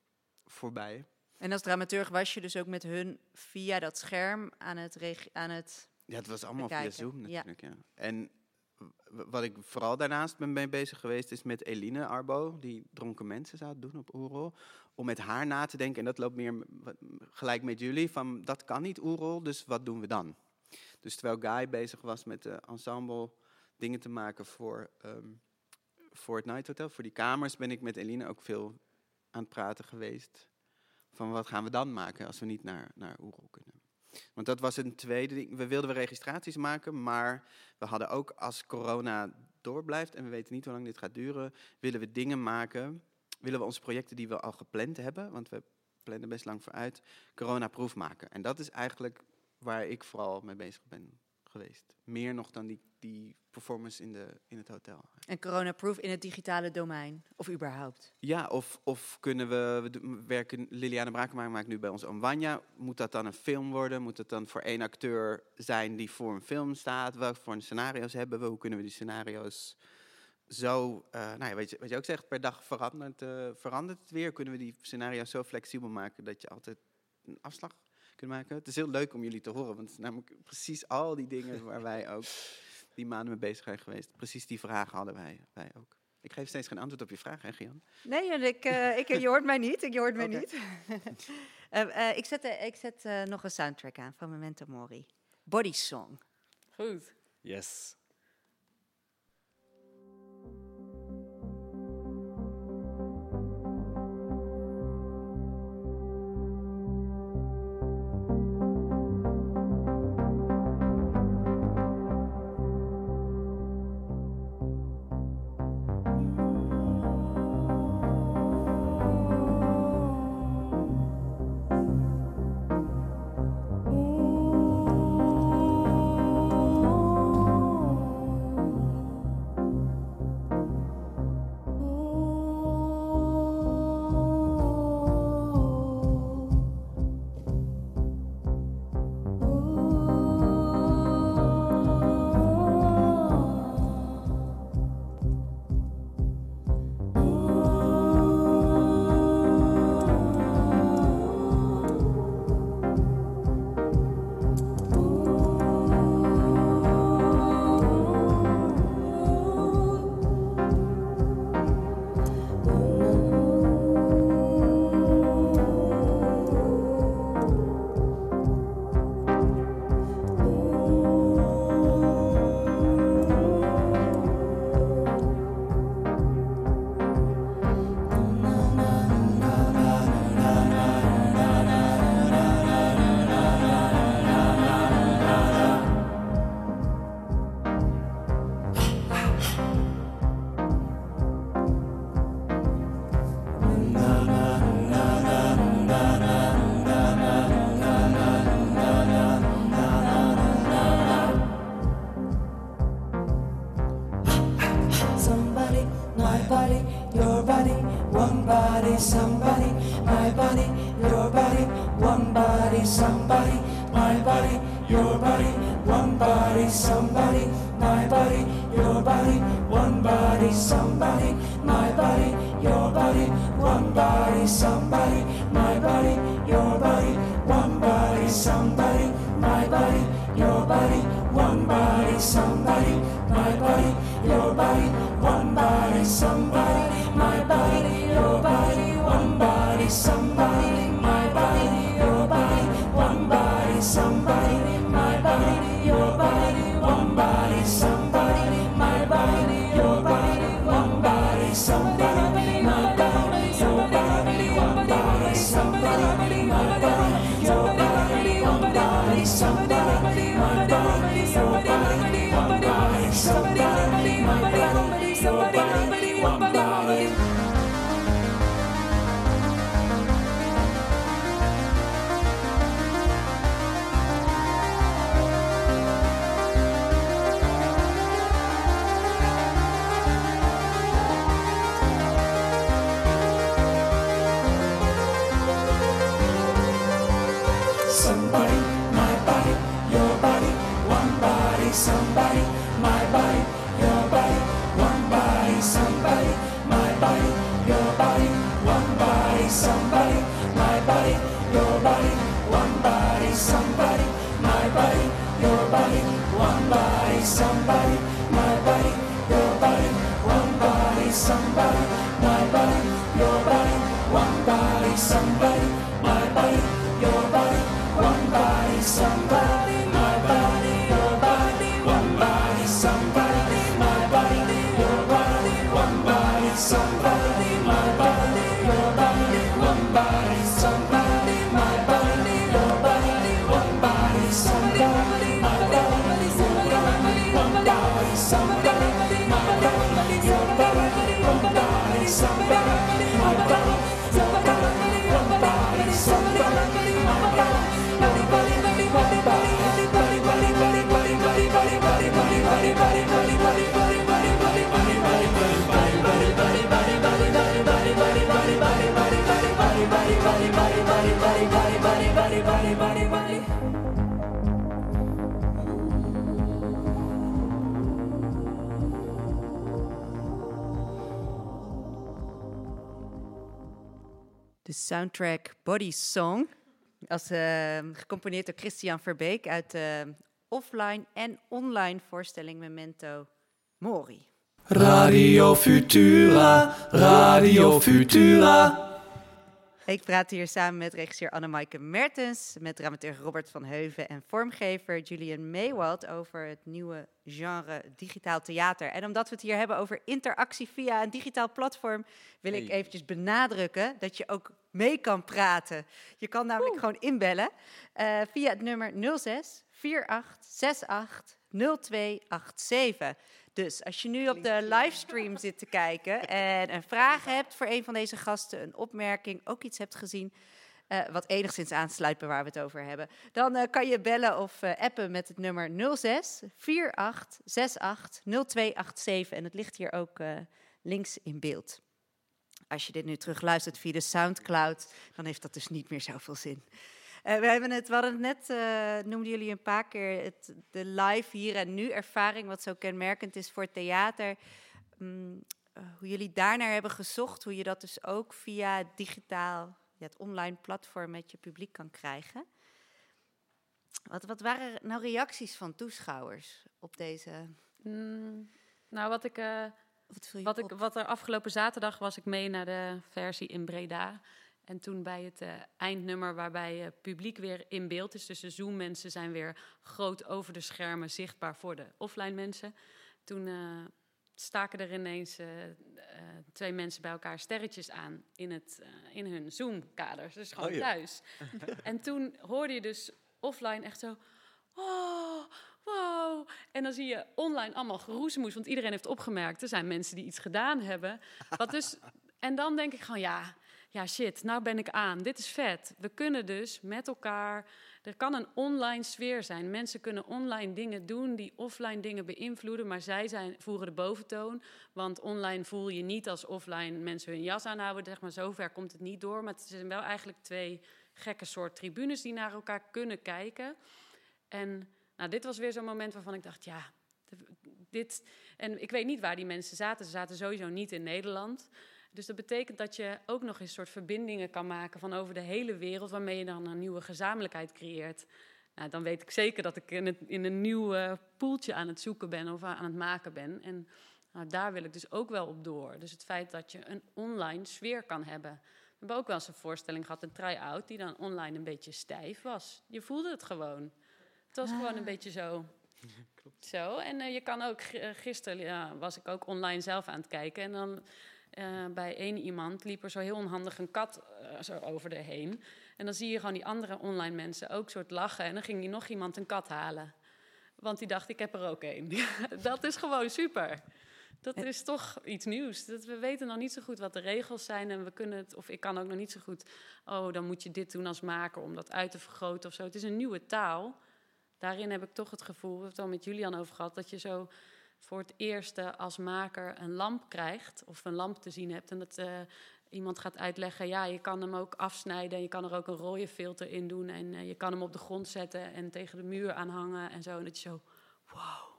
voorbij. En als dramaturg was je dus ook met hun via dat scherm aan het... Reg- aan het ja, het was allemaal bekijken. via Zoom natuurlijk, ja. ja. En w- wat ik vooral daarnaast ben mee bezig geweest is met Eline Arbo, die Dronken Mensen zou doen op Oerol. Om met haar na te denken, en dat loopt meer m- gelijk met jullie, van dat kan niet Oerol, dus wat doen we dan? Dus terwijl Guy bezig was met de ensemble dingen te maken voor, um, voor het Night Hotel, voor die kamers, ben ik met Eline ook veel aan het praten geweest. Van wat gaan we dan maken als we niet naar, naar Oerol kunnen. Want dat was een tweede ding. We wilden we registraties maken, maar we hadden ook als corona doorblijft, en we weten niet hoe lang dit gaat duren, willen we dingen maken, willen we onze projecten die we al gepland hebben, want we plannen best lang vooruit, corona-proof maken. En dat is eigenlijk waar ik vooral mee bezig ben geweest. Meer nog dan die, die performance in, de, in het hotel. En corona-proof in het digitale domein, of überhaupt? Ja, of, of kunnen we, we do- werken, Liliane Brakema maakt nu bij ons Omwanja. Moet dat dan een film worden? Moet het dan voor één acteur zijn die voor een film staat? Welke voor scenario's hebben we? Hoe kunnen we die scenario's zo, uh, nou ja, weet je, wat je ook zegt, per dag verandert, uh, verandert het weer. Kunnen we die scenario's zo flexibel maken dat je altijd een afslag kunt maken? Het is heel leuk om jullie te horen, want het is namelijk precies al die dingen waar wij ook die maanden mee bezig zijn geweest. Precies die vragen hadden wij, wij ook. Ik geef steeds geen antwoord op je vraag, hè, Gian? Nee, en ik, uh, ik, je hoort mij niet. Ik, je hoort mij Okay. niet. uh, uh, ik zet, uh, ik zet uh, nog een soundtrack aan van Memento Mori. Body Song. Goed. Yes. Ooh. my body, your body, one body, somebody, my body, your body, one body, somebody, my body, your body, one body, somebody, my body, your body, one body, somebody, my body, your body, one body, somebody, my body, your body, one body, somebody, my body, your body, one body, somebody, my body, your body, one body, somebody, my body, your body, one body, somebody, my body, your body, one body, somebody, my body, your body, one body, somebody, my body, your body, one body, somebody, my body, your body, one body, somebody, my body, your body, one body, somebody, my body, your body, one body, somebody, my body, your body, one body. Somebody, my body, your body, one body, somebody, my body, your body, one body, somebody, my body, your body, one body, somebody, my body, your body, one body, somebody, my body, your body, one body, somebody, my body, your body, one body, somebody, my body, your body, one body, somebody, my body, your body, one body, somebody, my body, your body, one body, somebody, my body, your body, one body, somebody, my body, your body, one body, somebody, my body, your body, one body, somebody, my body, your body, one body, somebody, my body, your body, one body, somebody, my body, your body, one body, somebody, my body. De soundtrack Body Song, als, uh, gecomponeerd door Christian Verbeek uit de offline en online voorstelling Memento Mori. Radio Futura, Radio Futura. Ik praat hier samen met regisseur Annemaike Mertens, met dramaturg Robert van Heuven en vormgever Julian Meewald over het nieuwe genre digitaal theater. En omdat we het hier hebben over interactie via een digitaal platform, wil ik Hey. eventjes benadrukken dat je ook mee kan praten. Je kan namelijk Oeh. gewoon inbellen uh, via het nummer nul zes vier acht zes acht nul twee acht zeven. Dus als je nu op de livestream zit te kijken en een vraag hebt voor een van deze gasten, een opmerking, ook iets hebt gezien uh, wat enigszins aansluit bij waar we het over hebben, dan uh, kan je bellen of uh, appen met het nummer nul zes vier acht zes acht nul twee acht zeven. En het ligt hier ook uh, links in beeld. Als je dit nu terugluistert via de Soundcloud, dan heeft dat dus niet meer zoveel zin. Uh, we, hebben het, we hadden het net, uh, noemden jullie een paar keer, het, de live hier en nu ervaring, wat zo kenmerkend is voor theater. Um, uh, hoe jullie daarnaar hebben gezocht, hoe je dat dus ook via digitaal, ja, het online platform met je publiek kan krijgen. Wat, wat waren nou reacties van toeschouwers op deze? Mm, nou, wat ik, uh, wat, wat, ik, wat er afgelopen zaterdag was ik mee naar de versie in Breda. En toen bij het uh, eindnummer waarbij uh, publiek weer in beeld is. Dus de Zoom-mensen zijn weer groot over de schermen zichtbaar voor de offline mensen. Toen uh, staken er ineens uh, uh, twee mensen bij elkaar sterretjes aan in, het, uh, in hun Zoom-kaders. Dus gewoon oh, ja. thuis. En toen hoorde je dus offline echt zo... Oh, wow. En dan zie je online allemaal geroezemoes. Want iedereen heeft opgemerkt, er zijn mensen die iets gedaan hebben. Wat dus, en dan denk ik gewoon, ja... Ja, shit, nou ben ik aan. Dit is vet. We kunnen dus met elkaar er kan een online sfeer zijn. Mensen kunnen online dingen doen die offline dingen beïnvloeden, maar zij zijn, voeren de boventoon. Want online voel je niet als offline mensen hun jas aanhouden. Zeg maar, zover komt het niet door. Maar het zijn wel eigenlijk twee gekke soort tribunes die naar elkaar kunnen kijken. En nou, dit was weer zo'n moment waarvan ik dacht, ja, dit... En ik weet niet waar die mensen zaten. Ze zaten sowieso niet in Nederland. Dus dat betekent dat je ook nog eens soort verbindingen kan maken van over de hele wereld, waarmee je dan een nieuwe gezamenlijkheid creëert. Nou, dan weet ik zeker dat ik in, het, in een nieuw uh, poeltje aan het zoeken ben of aan het maken ben. En nou, daar wil ik dus ook wel op door. Dus het feit dat je een online sfeer kan hebben. We hebben ook wel eens een voorstelling gehad, een try-out, die dan online een beetje stijf was. Je voelde het gewoon. Het was ah. gewoon een beetje zo. Klopt. Zo. En uh, je kan ook, gisteren ja, was ik ook online zelf aan het kijken en dan... Uh, bij één iemand liep er zo heel onhandig een kat uh, zo over de heen. En dan zie je gewoon die andere online mensen ook soort lachen. En dan ging die nog iemand een kat halen. Want die dacht, ik heb er ook één. Dat is gewoon super. Dat is toch iets nieuws. Dat we weten nog niet zo goed wat de regels zijn. En we kunnen het, of ik kan ook nog niet zo goed... oh, dan moet je dit doen als maker om dat uit te vergroten of zo. Het is een nieuwe taal. Daarin heb ik toch het gevoel, we hebben het al met Julian over gehad, dat je zo... voor het eerst als maker een lamp krijgt of een lamp te zien hebt. En dat uh, iemand gaat uitleggen, ja, je kan hem ook afsnijden en je kan er ook een rode filter in doen. En uh, je kan hem op de grond zetten en tegen de muur aanhangen en zo. En dat je zo, wow,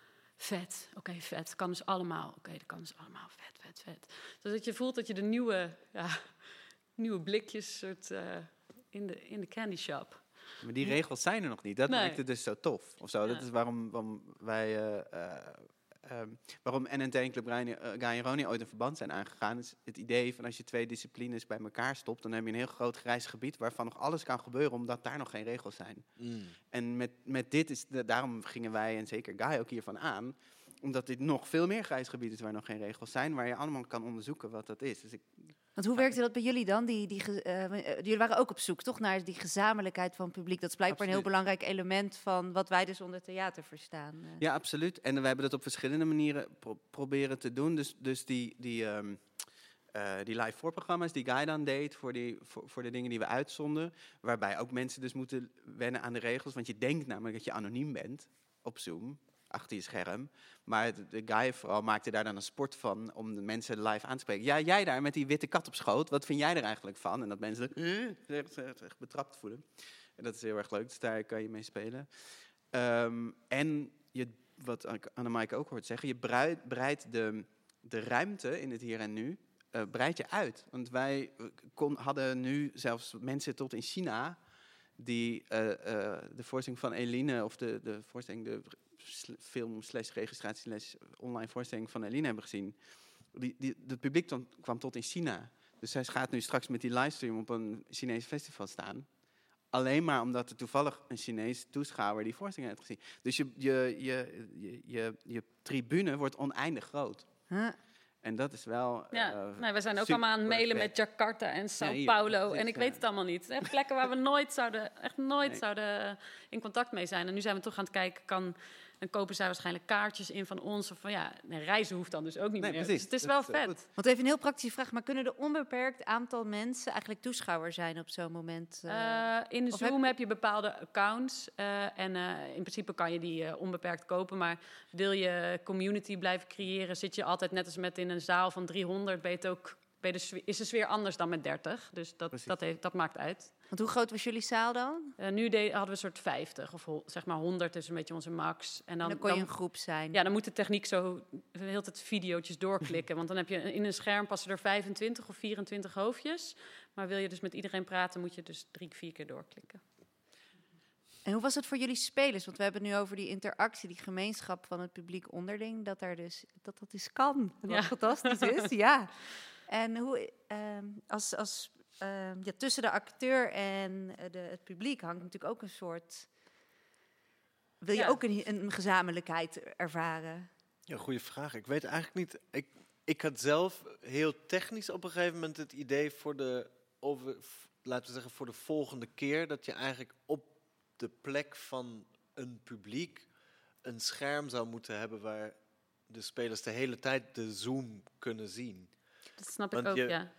vet. Oké, okay, vet. Kan dus allemaal. Oké, okay, dat kan dus allemaal. Vet, vet, vet. Dus dat je voelt dat je de nieuwe, ja, nieuwe blikjes soort, uh, in, de, in de candy shop... Maar die regels zijn er nog niet. Dat nee. maakt het dus zo tof. Of zo. Ja. Dat is waarom, waarom wij... Uh, uh, um, waarom N N T en Club Gajeroni ooit een verband zijn aangegaan. Is het idee van als je twee disciplines bij elkaar stopt, dan heb je een heel groot grijs gebied waarvan nog alles kan gebeuren, omdat daar nog geen regels zijn. Mm. En met, met dit is... De, daarom gingen wij, en zeker Guy ook hiervan aan, omdat dit nog veel meer grijs gebied is waar nog geen regels zijn, waar je allemaal kan onderzoeken wat dat is. Dus ik... Want hoe werkte dat bij jullie dan? Die, die, uh, jullie waren ook op zoek, toch, naar die gezamenlijkheid van het publiek. Dat is blijkbaar absoluut. Een heel belangrijk element van wat wij dus onder theater verstaan. Uh. Ja, absoluut. En we hebben dat op verschillende manieren pro- proberen te doen. Dus, dus die, die, um, uh, die live voorprogramma's die Guy dan deed voor, die, voor, voor de dingen die we uitzonden, waarbij ook mensen dus moeten wennen aan de regels. Want je denkt namelijk dat je anoniem bent op Zoom, achter je scherm. Maar de, de Guy vooral maakte daar dan een sport van om de mensen live aan te spreken. Ja, jij daar met die witte kat op schoot, wat vind jij er eigenlijk van? En dat mensen zich echt betrapt voelen. En dat is heel erg leuk, dus daar kan je mee spelen. Um, en je, wat Annemaike ook hoort zeggen, je breidt, breidt de, de ruimte in het hier en nu, uh, breid je uit. Want wij kon, hadden nu zelfs mensen tot in China die uh, uh, de voorstelling van Eline, of de, de voorstelling, de film slash registratie slash online voorstelling van Eline hebben gezien. Die, die, het publiek dan, kwam tot in China. Dus zij gaat nu straks met die livestream op een Chinees festival staan. Alleen maar omdat er toevallig een Chinees toeschouwer die voorstelling heeft gezien. Dus je, je, je, je, je, je tribune wordt oneindig groot. Huh? En dat is wel... Ja, uh, nou, we zijn ook allemaal aan het mailen met Jakarta en Sao nee, Paulo. Precies, en ik ja. weet het allemaal niet. Echt plekken waar we nooit zouden, echt nooit nee. zouden in contact mee zijn. En nu zijn we toch aan het kijken, kan... Dan kopen zij waarschijnlijk kaartjes in van ons. Of van ja, nee, reizen hoeft dan dus ook niet nee, meer. Precies, dus het is wel vet. Goed. Want even een heel praktische vraag. Maar kunnen er onbeperkt aantal mensen eigenlijk toeschouwer zijn op zo'n moment? Uh, uh, in Zoom heb je... heb je bepaalde accounts. Uh, en uh, in principe kan je die uh, onbeperkt kopen. Maar wil je community blijven creëren, zit je altijd net als met in een zaal van driehonderd. Ben je het ook, ben je de sfeer, is de sfeer anders dan met dertig. Dus dat, dat, heeft, dat maakt uit. Want hoe groot was jullie zaal dan? Uh, nu de, hadden we een soort vijftig of ho, zeg maar honderd is een beetje onze max. En dan, en dan kon je dan, een groep zijn. Ja, dan moet de techniek zo de hele tijd videootjes doorklikken. Want dan heb je in een scherm passen er vijfentwintig of vierentwintig hoofdjes. Maar wil je dus met iedereen praten, moet je dus drie, vier keer doorklikken. En hoe was het voor jullie spelers? Want we hebben het nu over die interactie, die gemeenschap van het publiek onderling. Dat daar dus, dat dat dus kan. Wat ja. fantastisch is, ja. En hoe, uh, als... als Uh, ja, tussen de acteur en de, het publiek hangt natuurlijk ook een soort... Wil je ja. ook een, een gezamenlijkheid ervaren? Ja, goede vraag. Ik weet eigenlijk niet... Ik, ik had zelf heel technisch op een gegeven moment het idee voor de... Over, laten we zeggen, voor de volgende keer... dat je eigenlijk op de plek van een publiek... een scherm zou moeten hebben... waar de spelers de hele tijd de Zoom kunnen zien. Dat snap ik Want ook, je, ja.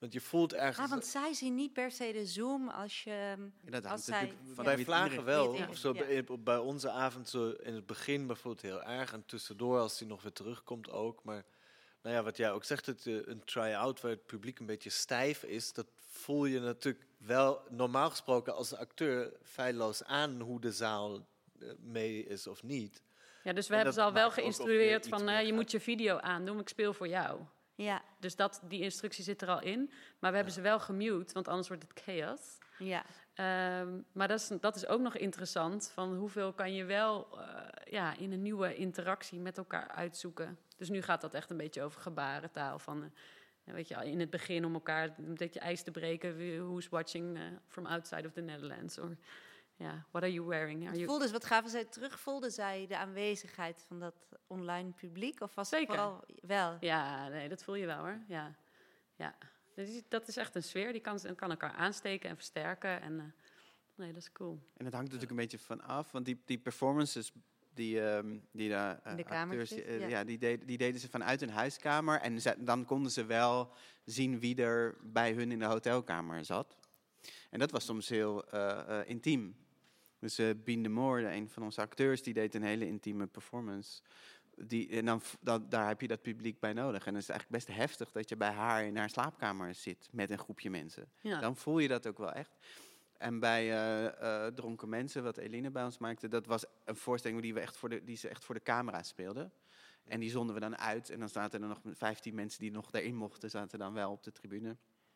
Want je voelt ergens... Ah, want zij zien niet per se de Zoom als je... Ja, dat als hangt zij, natuurlijk van Wij wie- vragen iedereen- wel, wie het of zo ja. bij, bij onze avond zo in het begin bijvoorbeeld heel erg. En tussendoor, als hij nog weer terugkomt ook. Maar nou ja, wat jij ook zegt, het, uh, een try-out waar het publiek een beetje stijf is, dat voel je natuurlijk wel normaal gesproken als acteur feilloos aan hoe de zaal uh, mee is of niet. Ja, dus we En hebben ze dat al wel maakt ook geïnstrueerd of je van iets eh, meer je gaat. moet je video aandoen, ik speel voor jou. Ja, Dus dat, die instructie zit er al in. Maar we hebben ze wel gemute, want anders wordt het chaos. ja. Ehm, maar dat is, dat is ook nog interessant. Van hoeveel kan je wel uh, ja, in een nieuwe interactie met elkaar uitzoeken. Dus nu gaat dat echt een beetje over gebarentaal. Van, uh, weet je, in het begin om elkaar een beetje ijs te breken. Who's watching uh, from outside of the Netherlands? Or ja, what are you wearing? Are Het you... voelde, wat gaven zij terug? Voelden zij de aanwezigheid van dat online publiek? Of was Zeker. het vooral wel? Ja, nee, dat voel je wel hoor. Ja, ja. Dus dat is echt een sfeer. Die kan, kan elkaar aansteken en versterken. En uh, nee, dat is cool. En het hangt natuurlijk een beetje van af, want die, die performances die, um, die de, uh, In de acteurs, kamertjes, uh, ja. ja, die, deden, die deden ze vanuit hun huiskamer. En ze, dan konden ze wel zien wie er bij hun in de hotelkamer zat. En dat was soms heel uh, uh, intiem. Dus uh, Bien de Moor, een van onze acteurs, die deed een hele intieme performance. Die, en dan, dan, daar heb je dat publiek bij nodig. En het is eigenlijk best heftig dat je bij haar in haar slaapkamer zit met een groepje mensen. Ja. Dan voel je dat ook wel echt. En bij uh, uh, Dronken Mensen, wat Eline bij ons maakte, dat was een voorstelling die, we echt voor de, die ze echt voor de camera speelden. En die zonden we dan uit. En dan zaten er nog vijftien mensen die nog daarin mochten, zaten dan wel op de tribune.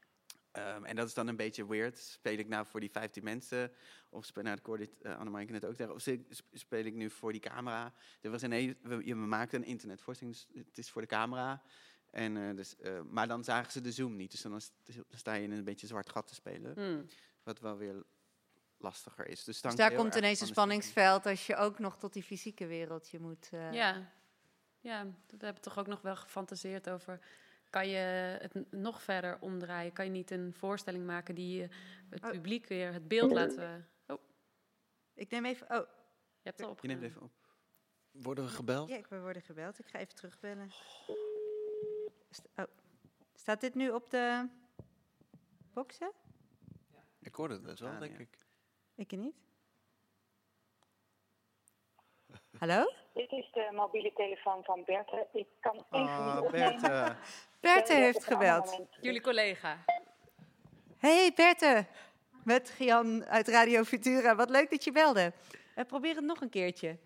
Um, en dat is dan een beetje weird. Speel ik nou voor die vijftien mensen? Of speel, nou, dat hoorde uh, Annemarie net ook zeggen. Of speel ik nu voor die camera? Er was een hele, we, we maakten een internetvoorstelling, dus het is voor de camera. En, uh, dus, uh, maar dan zagen ze de Zoom niet. Dus dan, is, dan sta je in een beetje zwart gat te spelen. Hmm. Wat wel weer lastiger is. Dus, Dus dank daar heel komt erg ineens van een de spanningsveld als je ook nog tot die fysieke wereld je moet... uh, Ja. ja, we hebben toch ook nog wel gefantaseerd over... Kan je het n- nog verder omdraaien? Kan je niet een voorstelling maken die uh, het Oh. publiek weer het beeld laat... Uh, oh, Ik neem even... Oh, je hebt het al Je neemt opgenomen. even op. Worden we gebeld? ja, ik we worden gebeld. Ik ga even terugbellen. St- oh. Staat dit nu op de boxen? Ik hoorde het net wel, Ja, denk ja. ik. Ik niet. Hallo? Dit is de mobiele telefoon van Berthe. Ik kan even Ah, niet opnemen. Berthe. Berthe Ik heeft heb een ander gebeld. moment. Jullie collega. Hey Berthe, met Gian uit Radio Futura. Wat leuk dat je belde. Uh, probeer het nog een keertje.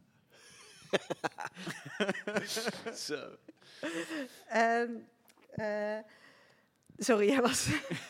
Zo. Ehm, eh, sorry, jij was...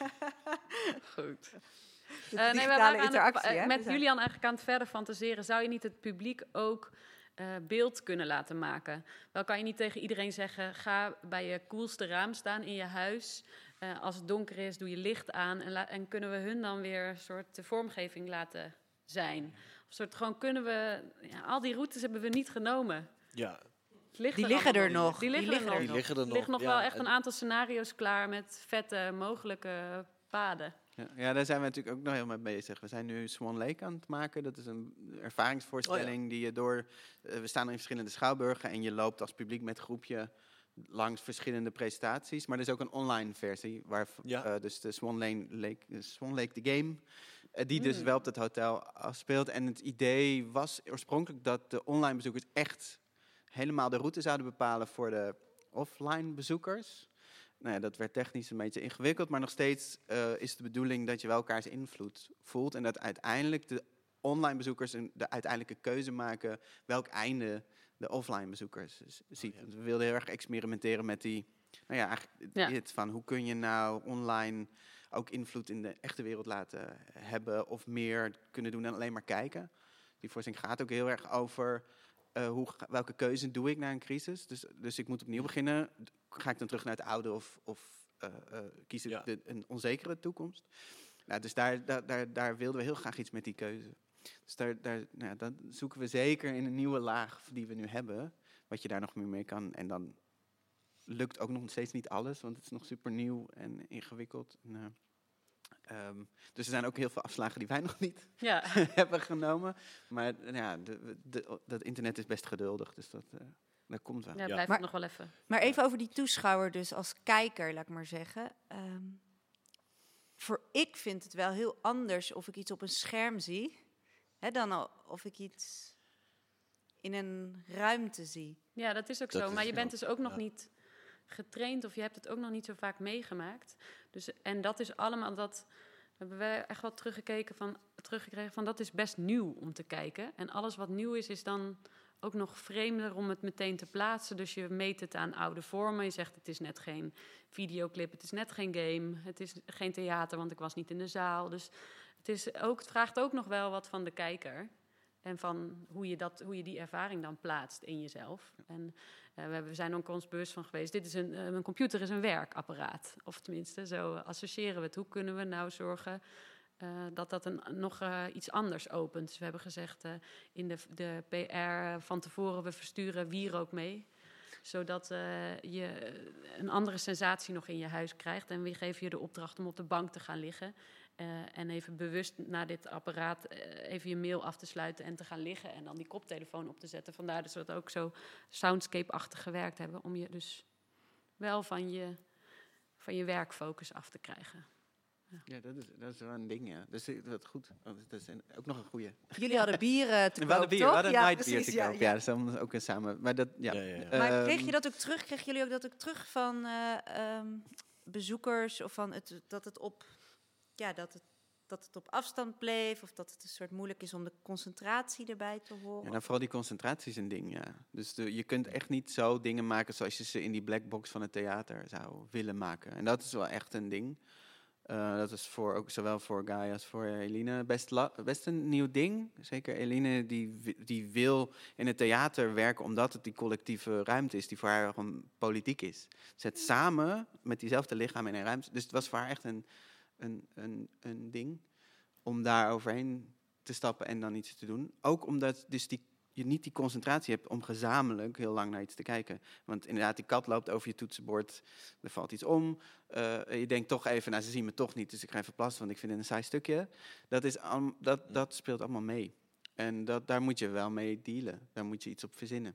Goed. de Uh, nee, we digitale waren aan interactie. het, uh, hè? met We zijn- Julian eigenlijk aan het verder fantaseren. Zou je niet het publiek ook uh, beeld kunnen laten maken? Wel kan je niet tegen iedereen zeggen... ga bij je coolste raam staan in je huis. Uh, als het donker is, doe je licht aan. En, la- en kunnen we hun dan weer een soort uh, vormgeving laten zijn? Of soort, gewoon kunnen we... Ja, al die routes hebben we niet genomen. Ja, Liggen Die liggen er allemaal nog. Die liggen, Die er liggen nog. die liggen er Er nog. liggen nog ja, wel echt en- een aantal scenario's klaar... met vette mogelijke paden. Ja, ja, daar zijn we natuurlijk ook nog heel mee bezig. We zijn nu Swan Lake aan het maken. Dat is een ervaringsvoorstelling die je door... Uh, we staan in verschillende schouwburgen en je loopt als publiek met groepje langs verschillende presentaties. Maar er is ook een online versie, waar Ja. uh, dus de Swan Lake, Lake, uh, Swan Lake the Game, uh, die dus Mm. wel op dat hotel afspeelt. En het idee was oorspronkelijk dat de online bezoekers echt helemaal de route zouden bepalen voor de offline bezoekers. Nou ja, dat werd technisch een beetje ingewikkeld, maar nog steeds uh, is de bedoeling dat je wel elkaars invloed voelt en dat uiteindelijk de online bezoekers een, de uiteindelijke keuze maken welk einde de offline bezoekers z- ziet. Ja. Want we wilden heel erg experimenteren met die, nou ja, eigenlijk Ja. het van hoe kun je nou online ook invloed in de echte wereld laten hebben of meer kunnen doen dan alleen maar kijken. Die voorstelling gaat ook heel erg over uh, hoe, ga- welke keuze doe ik na een crisis. Dus, dus ik moet opnieuw beginnen. Ga ik dan terug naar het oude of, of uh, uh, kies ik Ja. de, een onzekere toekomst? Nou, dus daar, daar, daar, daar wilden we heel graag iets met die keuze. Dus daar, daar, nou ja, dat zoeken we zeker in een nieuwe laag die we nu hebben. Wat je daar nog meer mee kan. En dan lukt ook nog steeds niet alles, want het is nog super nieuw en ingewikkeld. En, uh, um, dus er zijn ook heel veel afslagen die wij nog niet Ja. hebben genomen. Maar uh, ja, de, de, dat internet is best geduldig. Dus dat, uh, dat komt wel. Ja, Ja. blijft Maar- nog wel even. Maar even over die toeschouwer dus als kijker, laat ik maar zeggen. Ehm, voor ik vind het wel heel anders of ik iets op een scherm zie, hè, dan al- of ik iets in een ruimte zie. Ja, dat is ook Dat zo. is Maar je bent ook, dus ook nog ja. niet getraind of je hebt het ook nog niet zo vaak meegemaakt. Dus, en dat is allemaal dat. Hebben we echt wel teruggekeken van, teruggekregen van dat is best nieuw om te kijken. En alles wat nieuw is, is dan ook nog vreemder om het meteen te plaatsen. Dus je meet het aan oude vormen. Je zegt het is net geen videoclip, het is net geen game, het is geen theater, want ik was niet in de zaal. Dus het, is ook, het vraagt ook nog wel wat van de kijker. En van hoe je, dat, hoe je die ervaring dan plaatst in jezelf. En uh, we, hebben, we zijn ook ons bewust van geweest. Dit is een, uh, een computer is een werkapparaat. Of tenminste, zo associëren we het. Hoe kunnen we nou zorgen uh, dat dat een, nog uh, iets anders opent? Dus we hebben gezegd uh, in de, de P R van tevoren, we versturen wierook mee. Zodat uh, je een andere sensatie nog in je huis krijgt. En we geven je de opdracht om op de bank te gaan liggen. Uh, en even bewust naar dit apparaat uh, even je mail af te sluiten en te gaan liggen. En dan die koptelefoon op te zetten. Vandaar dat we dat ook zo soundscape-achtig gewerkt hebben. Om je dus wel van je, van je werkfocus af te krijgen. Ja, dat is, dat is wel een ding, ja. Dus dat is goed. Oh, dat is een- ook nog een goeie. Jullie hadden bieren te We koop, hadden bier, we toch? hadden Ja, night beer precies, te ja, koop. Ja, ja. dat is dan ook een samen. Maar dat, ja. Ja, ja, ja. Maar Ehm, kreeg je dat ook terug? Kregen jullie ook dat ook terug van eh, ehm, bezoekers? Of van het, dat het op ja, dat het, dat het op afstand bleef? Of dat het een soort moeilijk is om de concentratie erbij te horen? Ja, nou, vooral die concentratie is een ding, ja. Dus de, je kunt echt niet zo dingen maken zoals je ze in die black box van het theater zou willen maken. En dat is wel echt een ding. Uh, dat is voor, ook zowel voor Guy als voor Eline best, la- best een nieuw ding. Zeker Eline, die, wi- die wil in het theater werken omdat het die collectieve ruimte is die voor haar gewoon politiek is. Zet samen met diezelfde lichaam in een ruimte. Dus het was voor haar echt een, een, een, een ding om daar overheen te stappen en dan iets te doen. Ook omdat dus die, je niet die concentratie hebt om gezamenlijk heel lang naar iets te kijken. Want inderdaad, die kat loopt over je toetsenbord, er valt iets om. Uh, je denkt toch even, nou, ze zien me toch niet, dus ik ga even plassen, want ik vind het een saai stukje. Dat, is al, dat, dat speelt allemaal mee. En dat, daar moet je wel mee dealen. Daar moet je iets op verzinnen.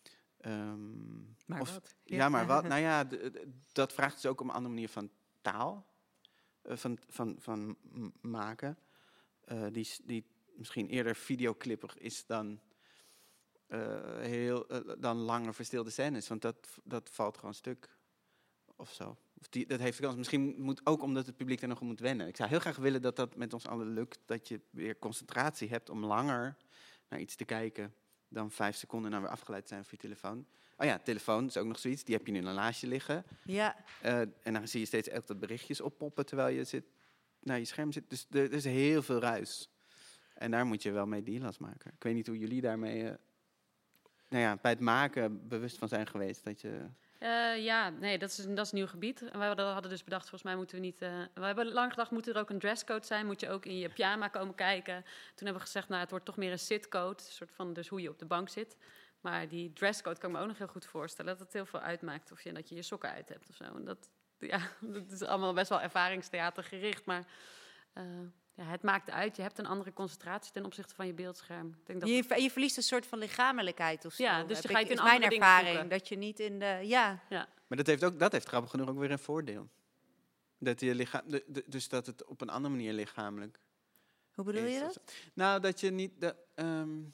Um, maar of, wat? Ja, ja, maar wat? Nou ja, d- d- dat vraagt dus ook om een andere manier van taal. Uh, van, van, van m- maken. Uh, die, die misschien eerder videoclippig is dan, uh, heel, uh, dan lange verstilde scènes. Want dat, dat valt gewoon stuk. Of zo. Of die, dat heeft de kans. Misschien moet ook omdat het publiek er nog om moet wennen. Ik zou heel graag willen dat dat met ons allen lukt. Dat je weer concentratie hebt om langer naar iets te kijken dan vijf seconden en dan weer afgeleid zijn van je telefoon. Oh ja, telefoon is ook nog zoiets. Die heb je nu in een laasje liggen. Ja. Uh, en dan zie je steeds echt dat berichtjes oppoppen terwijl je zit, naar je scherm zit. Dus er, er is heel veel ruis. En daar moet je wel mee dealen als maker. Ik weet niet hoe jullie daarmee uh, nou ja, bij het maken bewust van zijn geweest. Dat je... Uh, ja, nee, dat is, dat is een nieuw gebied. En we hadden dus bedacht, volgens mij moeten we niet... Uh, we hebben lang gedacht, moet er ook een dresscode zijn? Moet je ook in je pyjama komen kijken? Toen hebben we gezegd, nou, het wordt toch meer een sitcode. Een soort van dus hoe je op de bank zit. Maar die dresscode kan ik me ook nog heel goed voorstellen. Dat het heel veel uitmaakt of je, dat je je sokken uit hebt of zo. En dat, ja, dat is allemaal best wel ervaringstheater gericht. Maar uh, ja, het maakt uit. Je hebt een andere concentratie ten opzichte van je beeldscherm. Ik denk dat je, je verliest een soort van lichamelijkheid of zo. Ja, dus je Heb ga ik, je in is mijn andere ervaring. dingen Dat je niet in de... Ja. ja. Maar dat heeft, ook, dat heeft grappig genoeg ook weer een voordeel. Dat je lichaam, de, de, dus dat het op een andere manier lichamelijk... Hoe bedoel je dat? Nou, dat je niet... De, um,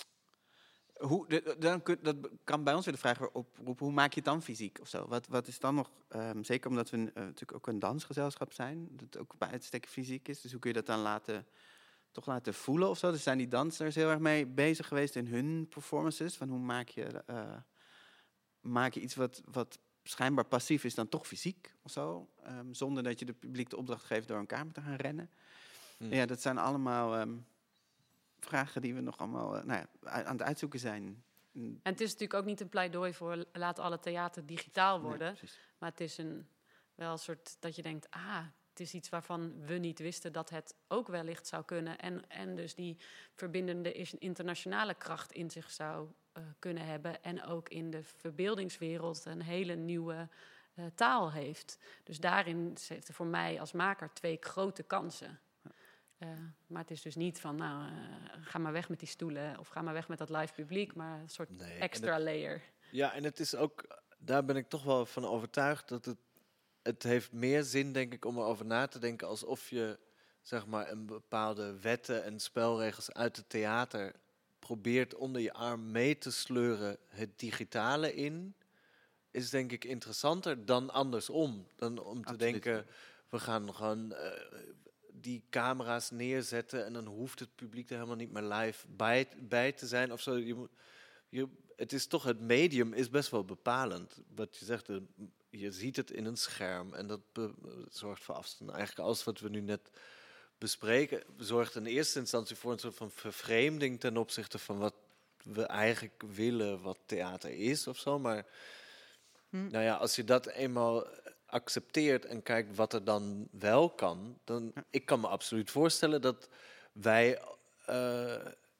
hoe, de, dan kun, dat kan bij ons weer de vraag weer oproepen, hoe maak je het dan fysiek of zo? Wat, wat is dan nog, um, zeker omdat we uh, natuurlijk ook een dansgezelschap zijn, dat het ook bij uitstek fysiek is, dus hoe kun je dat dan laten, toch laten voelen of zo? Dus zijn die dansers heel erg mee bezig geweest in hun performances, van hoe maak je, uh, maak je iets wat, wat schijnbaar passief is dan toch fysiek of zo, um, zonder dat je de publiek de opdracht geeft door een kamer te gaan rennen. Hmm. Ja, dat zijn allemaal... Um, vragen die we nog allemaal uh, nou ja, aan het uitzoeken zijn. En het is natuurlijk ook niet een pleidooi voor laat alle theater digitaal worden. Nee, maar het is een, wel een soort dat je denkt, ah, het is iets waarvan we niet wisten dat het ook wellicht zou kunnen. En, en dus die verbindende internationale kracht in zich zou uh, kunnen hebben. En ook in de verbeeldingswereld een hele nieuwe uh, taal heeft. Dus daarin zitten voor mij als maker twee grote kansen. Uh, maar het is dus niet van, nou, uh, ga maar weg met die stoelen of ga maar weg met dat live publiek, maar een soort nee, extra het, layer. Ja, en het is ook, daar ben ik toch wel van overtuigd dat het, het heeft meer zin, denk ik, om erover na te denken alsof je, zeg maar, een bepaalde wetten en spelregels uit het theater probeert onder je arm mee te sleuren het digitale in, is denk ik interessanter dan andersom. Dan om te Absoluut. denken, we gaan gewoon uh, die camera's neerzetten en dan hoeft het publiek er helemaal niet meer live bij, bij te zijn of zo. Je moet, je, het is toch, het medium is best wel bepalend. Wat je zegt, de, je ziet het in een scherm en dat be, zorgt voor afstand. Eigenlijk alles wat we nu net bespreken, zorgt in eerste instantie voor een soort van vervreemding ten opzichte van wat we eigenlijk willen, wat theater is of zo. Maar hm. nou ja, als je dat eenmaal accepteert en kijkt wat er dan wel kan, dan ja. ik kan me absoluut voorstellen dat wij, uh,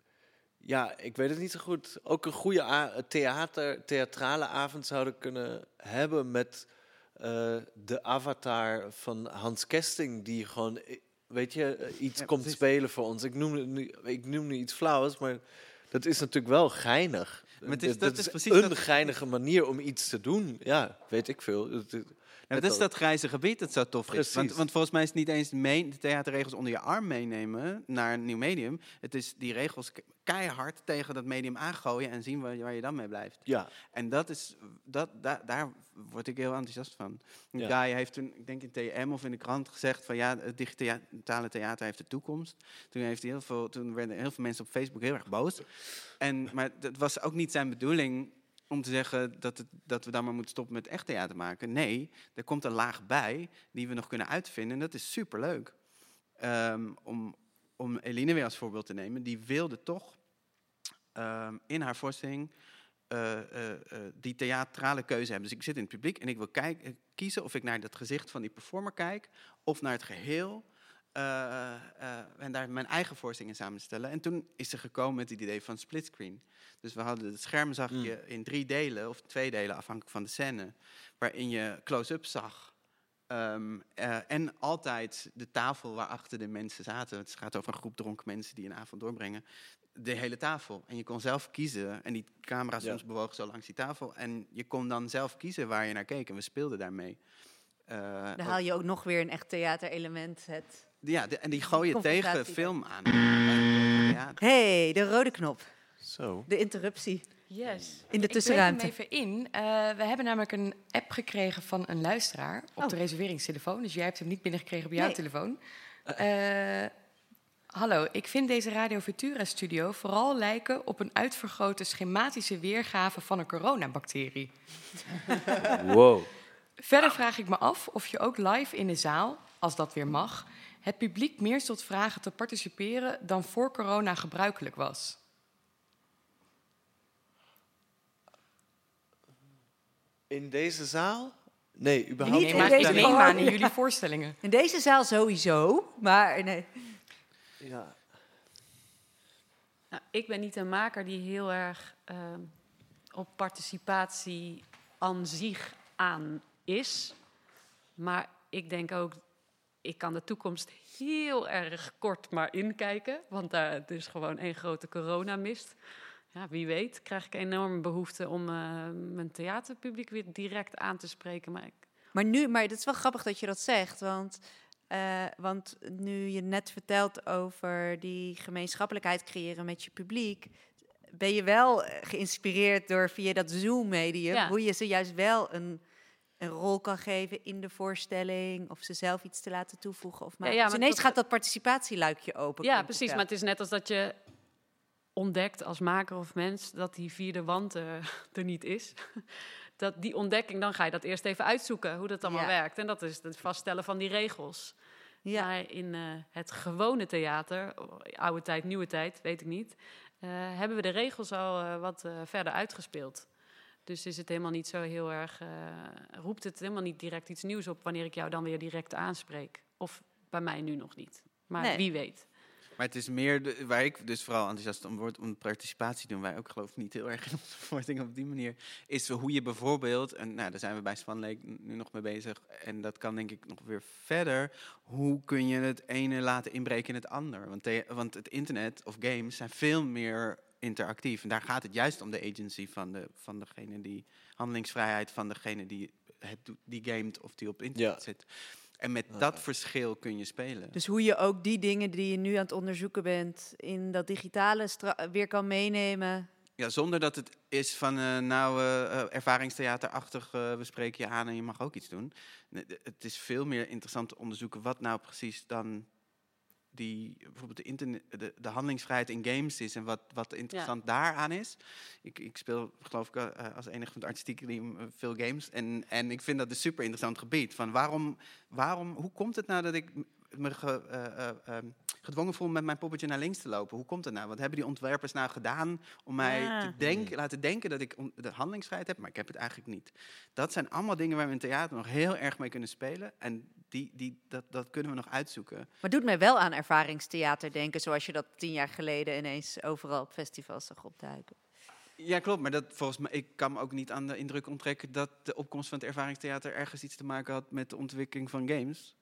ja, ik weet het niet zo goed, ook een goede a- theater, theatrale avond zouden kunnen hebben met uh, de avatar van Hans Kesting, die gewoon, weet je, iets ja, komt precies. spelen voor ons. Ik noem, nu, ik noem nu iets flauws, maar dat is natuurlijk wel geinig. Maar het is, dat, dat is is precies een dat... geinige manier om iets te doen. Ja, weet ik veel. Ja, dat is dat grijze gebied dat zo tof Precies. is. Want, want volgens mij is het niet eens mee, de theaterregels onder je arm meenemen naar een nieuw medium. Het is die regels keihard tegen dat medium aangooien en zien waar je, waar je dan mee blijft. Ja. En dat is, dat, da, daar word ik heel enthousiast van. Die Ja. guy heeft toen, ik denk in T M of in de krant gezegd van ja, het digitale theater heeft de toekomst. Toen, heeft hij heel veel, toen werden heel veel mensen op Facebook heel erg boos. En, maar dat was ook niet zijn bedoeling om te zeggen dat, het, dat we dan maar moeten stoppen met echt theater maken. Nee, er komt een laag bij die we nog kunnen uitvinden. En dat is superleuk. Um, om, om Eline weer als voorbeeld te nemen. Die wilde toch um, in haar voorstelling uh, uh, uh, die theatrale keuze hebben. Dus ik zit in het publiek en ik wil kijk, uh, kiezen of ik naar het gezicht van die performer kijk of naar het geheel. Uh, uh, en daar mijn eigen voorstelling in samenstellen. En toen is ze gekomen met het idee van splitscreen. Dus we hadden het scherm zag je mm. in drie delen, of twee delen afhankelijk van de scène, waarin je close-up zag. Um, uh, en altijd de tafel waarachter de mensen zaten. Het gaat over een groep dronken mensen die een avond doorbrengen. De hele tafel. En je kon zelf kiezen. En die camera soms ja. bewoog zo langs die tafel. En je kon dan zelf kiezen waar je naar keek. En we speelden daarmee. Uh, dan haal je ook nog weer een echt theaterelement. Het Ja, de, en die gooi je tegen film aan. Ja. hey, de rode knop. Zo. De interruptie. Yes. In de tussenruimte. Ik breek hem even in. Uh, we hebben namelijk een app gekregen van een luisteraar op oh. de reserveringstelefoon. Dus jij hebt hem niet binnengekregen op jouw nee. telefoon. Uh, hallo, ik vind deze Radio Futura studio vooral lijken op een uitvergrote schematische weergave van een coronabacterie. Wow. Verder vraag ik me af of je ook live in de zaal, als dat weer mag, het publiek meer tot vragen te participeren dan voor corona gebruikelijk was. In deze zaal? Nee, überhaupt niet. Nee, maar ik neem aan in jullie voorstellingen. In deze zaal sowieso, maar nee. Ja. Nou, ik ben niet een maker die heel erg uh, op participatie aan zich aan is. Maar ik denk ook, ik kan de toekomst heel erg kort maar inkijken. Want daar het is gewoon één grote coronamist. Ja, wie weet krijg ik enorm behoefte om uh, mijn theaterpubliek weer direct aan te spreken. Maar, ik... maar nu, maar het is wel grappig dat je dat zegt. Want, uh, want nu je net vertelt over die gemeenschappelijkheid creëren met je publiek, ben je wel geïnspireerd door via dat Zoom-medium, ja. hoe je ze juist wel een, een rol kan geven in de voorstelling, of ze zelf iets te laten toevoegen. Of maar. Ja, ja, dus ineens dat... gaat dat participatieluikje open. Ja, precies. Maar het is net als dat je ontdekt als maker of mens dat die vierde wand uh, er niet is. Dat die ontdekking, dan ga je dat eerst even uitzoeken, hoe dat allemaal ja. werkt. En dat is het vaststellen van die regels. Ja. Maar in uh, het gewone theater, oude tijd, nieuwe tijd, weet ik niet, uh, hebben we de regels al uh, wat uh, verder uitgespeeld. Dus is het helemaal niet zo heel erg, uh, roept het helemaal niet direct iets nieuws op wanneer ik jou dan weer direct aanspreek. Of bij mij nu nog niet. Maar nee. Wie weet. Maar het is meer, de, waar ik dus vooral enthousiast om word, om participatie doen wij ook geloof ik niet heel erg in onze voorstelling op die manier, is hoe je bijvoorbeeld, en nou, daar zijn we bij Spanleek nu nog mee bezig, en dat kan denk ik nog weer verder, hoe kun je het ene laten inbreken in het ander? Want, te, want het internet of games zijn veel meer interactief. En daar gaat het juist om de agency van, de, van degene die... handelingsvrijheid van degene die het doet, die gamet of die op internet Ja. zit. En met dat verschil kun je spelen. Dus hoe je ook die dingen die je nu aan het onderzoeken bent... in dat digitale stra- weer kan meenemen... Ja, zonder dat het is van, uh, nou, uh, ervaringstheaterachtig, uh, we spreken je aan en je mag ook iets doen. Nee, de, het is veel meer interessant te onderzoeken wat nou precies dan die, bijvoorbeeld de, internet, de, de handelingsvrijheid in games is en wat, wat interessant ja. daaraan is. Ik, ik speel, geloof ik, uh, als enige van het artistieke team uh, veel games en, en ik vind dat een super interessant gebied. Van waarom, waarom, hoe komt het nou dat ik me ge, uh, uh, uh, gedwongen voel met mijn poppetje naar links te lopen? Hoe komt het nou? Wat hebben die ontwerpers nou gedaan om mij Ja. te denken, laten denken dat ik on- de handelingsvrijheid heb, maar ik heb het eigenlijk niet. Dat zijn allemaal dingen waar we in theater nog heel erg mee kunnen spelen en die, die, dat, dat kunnen we nog uitzoeken. Maar het doet mij wel aan ervaringstheater denken... zoals je dat tien jaar geleden ineens overal op festivals zag opduiken. Ja, klopt, maar dat, volgens mij, ik kan me ook niet aan de indruk onttrekken dat de opkomst van het ervaringstheater ergens iets te maken had met de ontwikkeling van games.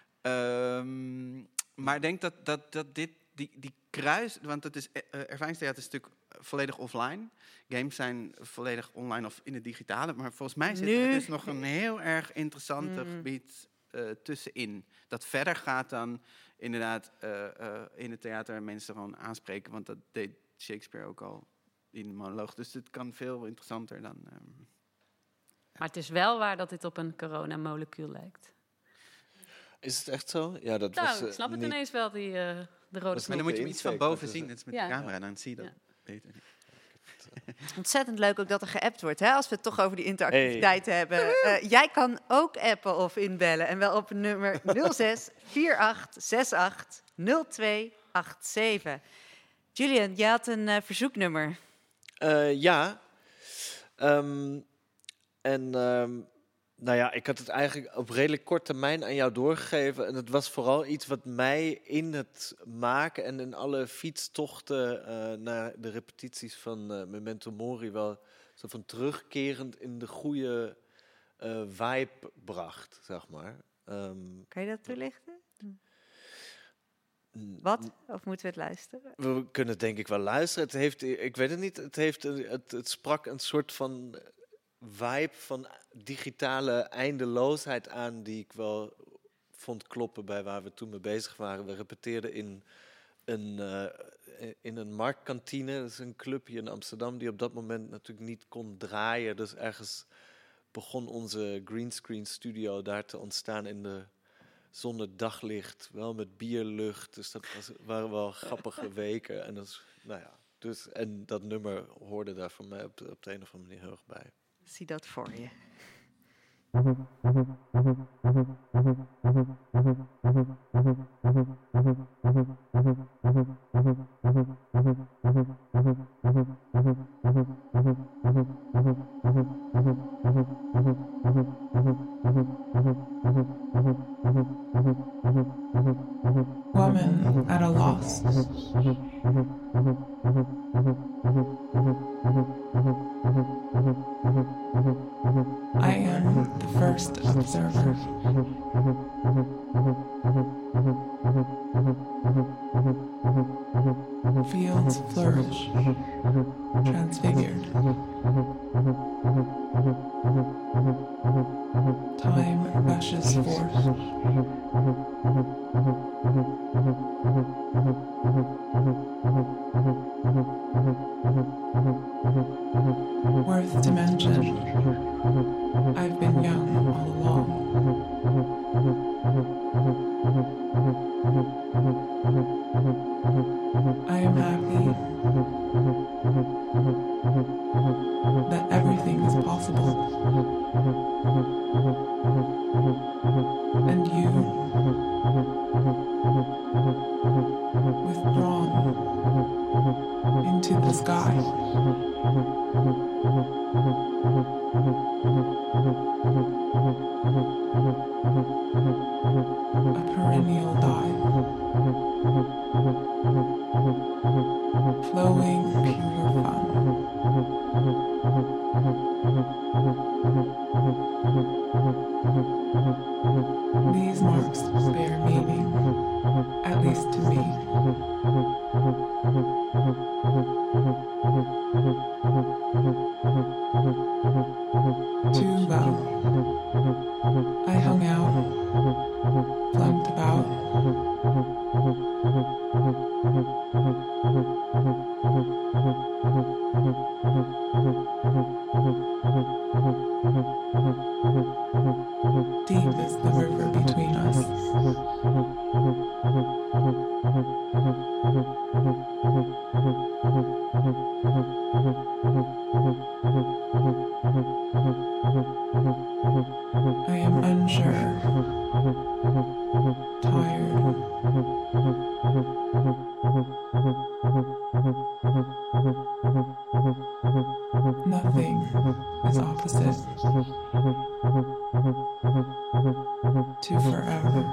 Um, maar ik denk dat, dat, dat dit, die, die kruis, want het is, uh, ervaringstheater is natuurlijk volledig offline. Games zijn volledig online of in het digitale. Maar volgens mij zit er dus nog een heel erg interessante mm. gebied uh, tussenin. Dat verder gaat dan inderdaad uh, uh, in het theater mensen gewoon aanspreken. Want dat deed Shakespeare ook al in de monoloog. Dus het kan veel interessanter dan... Um, maar het is wel waar dat dit op een coronamolecuul lijkt. Is het echt zo? Ja, dat nou, was, uh, ik snap het niet... ineens wel, die uh, de rode dus, maar dan moet je hem iets van boven zien. Dat is met ja. de camera, dan zie je dat ja. beter. Ontzettend leuk ook dat er geappt wordt, hè? Als we het toch over die interactiviteit hey. hebben. Uh, jij kan ook appen of inbellen. En wel op nummer nul zes vier acht zes acht nul twee acht zeven. Julian, jij had een uh, verzoeknummer. Uh, ja. Um, en... Um, Nou ja, ik had het eigenlijk op redelijk korte termijn aan jou doorgegeven. En het was vooral iets wat mij in het maken en in alle fietstochten uh, naar de repetities van uh, Memento Mori wel zo van terugkerend in de goede uh, vibe bracht, zeg maar. Um, kan je dat toelichten? Wat? Of moeten we het luisteren? We kunnen het denk ik wel luisteren. Het heeft, ik weet het niet, het, heeft, het, het sprak een soort van... vibe van digitale eindeloosheid aan die ik wel vond kloppen bij waar we toen mee bezig waren. We repeteerden in een, uh, in een marktkantine, dat is een clubje in Amsterdam die op dat moment natuurlijk niet kon draaien. Dus ergens begon onze greenscreen studio daar te ontstaan in de zonder daglicht, wel met bierlucht. Dus dat was, waren wel grappige weken. En, dat is, nou ja, dus, en dat nummer hoorde daar voor mij op, op de een of andere manier heel erg bij. Zie dat voor je. Woman at a loss. I am the first observer. Fields flourish, transfigured. Time rushes forth. Worth to mention, I've been young all along. I am happy that everything is possible. And you, withdrawn into the sky. A perennial dive, flowing pure fun. These marks bear meaning, at least to me. to forever.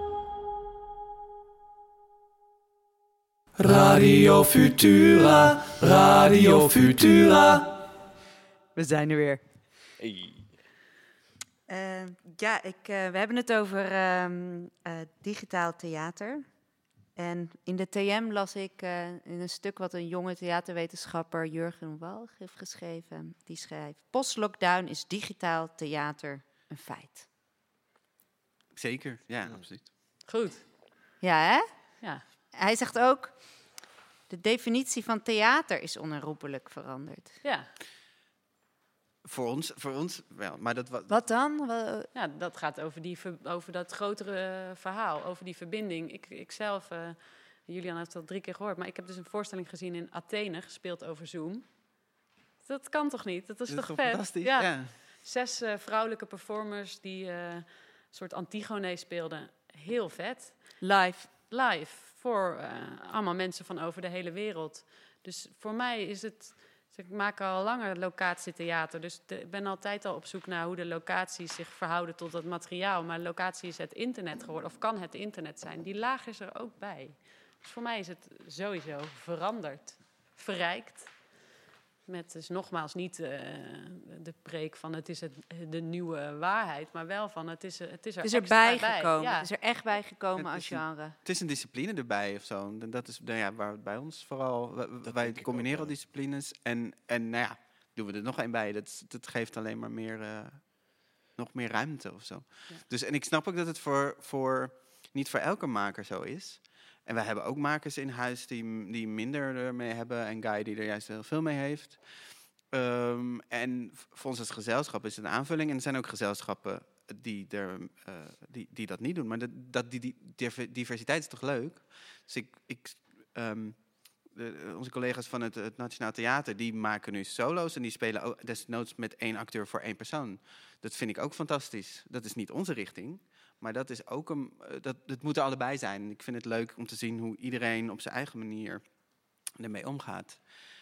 Radio Futura, Radio Futura. We zijn er weer. Hey. Uh, ja, ik, uh, we hebben het over um, uh, digitaal theater. En in de T M las ik uh, in een stuk wat een jonge theaterwetenschapper Jurgen Walch heeft geschreven. Die schrijft: post-lockdown is digitaal theater een feit. Zeker, ja, ja. absoluut. Goed. Ja, hè? Ja. Hij zegt ook: de definitie van theater is onherroepelijk veranderd. Ja. Voor ons, voor ons wel. Maar dat, wat, wat dan? Ja, dat gaat over, die, over dat grotere verhaal, over die verbinding. Ik, ik zelf, uh, Julian heeft het al drie keer gehoord, maar ik heb dus een voorstelling gezien in Athene, gespeeld over Zoom. Dat kan toch niet? Dat is dat toch is vet? Fantastisch, ja. ja. Zes uh, vrouwelijke performers die uh, een soort Antigone speelden. Heel vet. Live. Live, voor uh, allemaal mensen van over de hele wereld. Dus voor mij is het... Ik maak al langer locatietheater, dus de, ik ben altijd al op zoek naar hoe de locaties zich verhouden tot het materiaal. Maar locatie is het internet geworden, of kan het internet zijn. Die laag is er ook bij. Dus voor mij is het sowieso veranderd, verrijkt. Met dus nogmaals niet uh, de preek van het is het, de nieuwe waarheid, maar wel van het is, het is er, het is erbij gekomen. Ja. Het is er echt bij gekomen als genre. Een, het is een discipline erbij of zo. Dat is nou ja, waar het bij ons vooral. Dat wij combineren al disciplines. En, en nou ja, doen we er nog één bij. Dat, dat geeft alleen maar meer, uh, nog meer ruimte of zo. Ja. Dus, en ik snap ook dat het voor, voor niet voor elke maker zo is. En wij hebben ook makers in huis die, die minder ermee hebben. En Guy die er juist heel veel mee heeft. Um, en voor ons als gezelschap is het een aanvulling. En er zijn ook gezelschappen die, er, uh, die, die dat niet doen. Maar dat, dat, die, die diversiteit is toch leuk? Dus ik... ik um, de, onze collega's van het, het Nationaal Theater, die maken nu solo's. En die spelen ook desnoods met één acteur voor één persoon. Dat vind ik ook fantastisch. Dat is niet onze richting. Maar dat is ook een, dat, dat moet er allebei zijn. Ik vind het leuk om te zien hoe iedereen op zijn eigen manier ermee omgaat.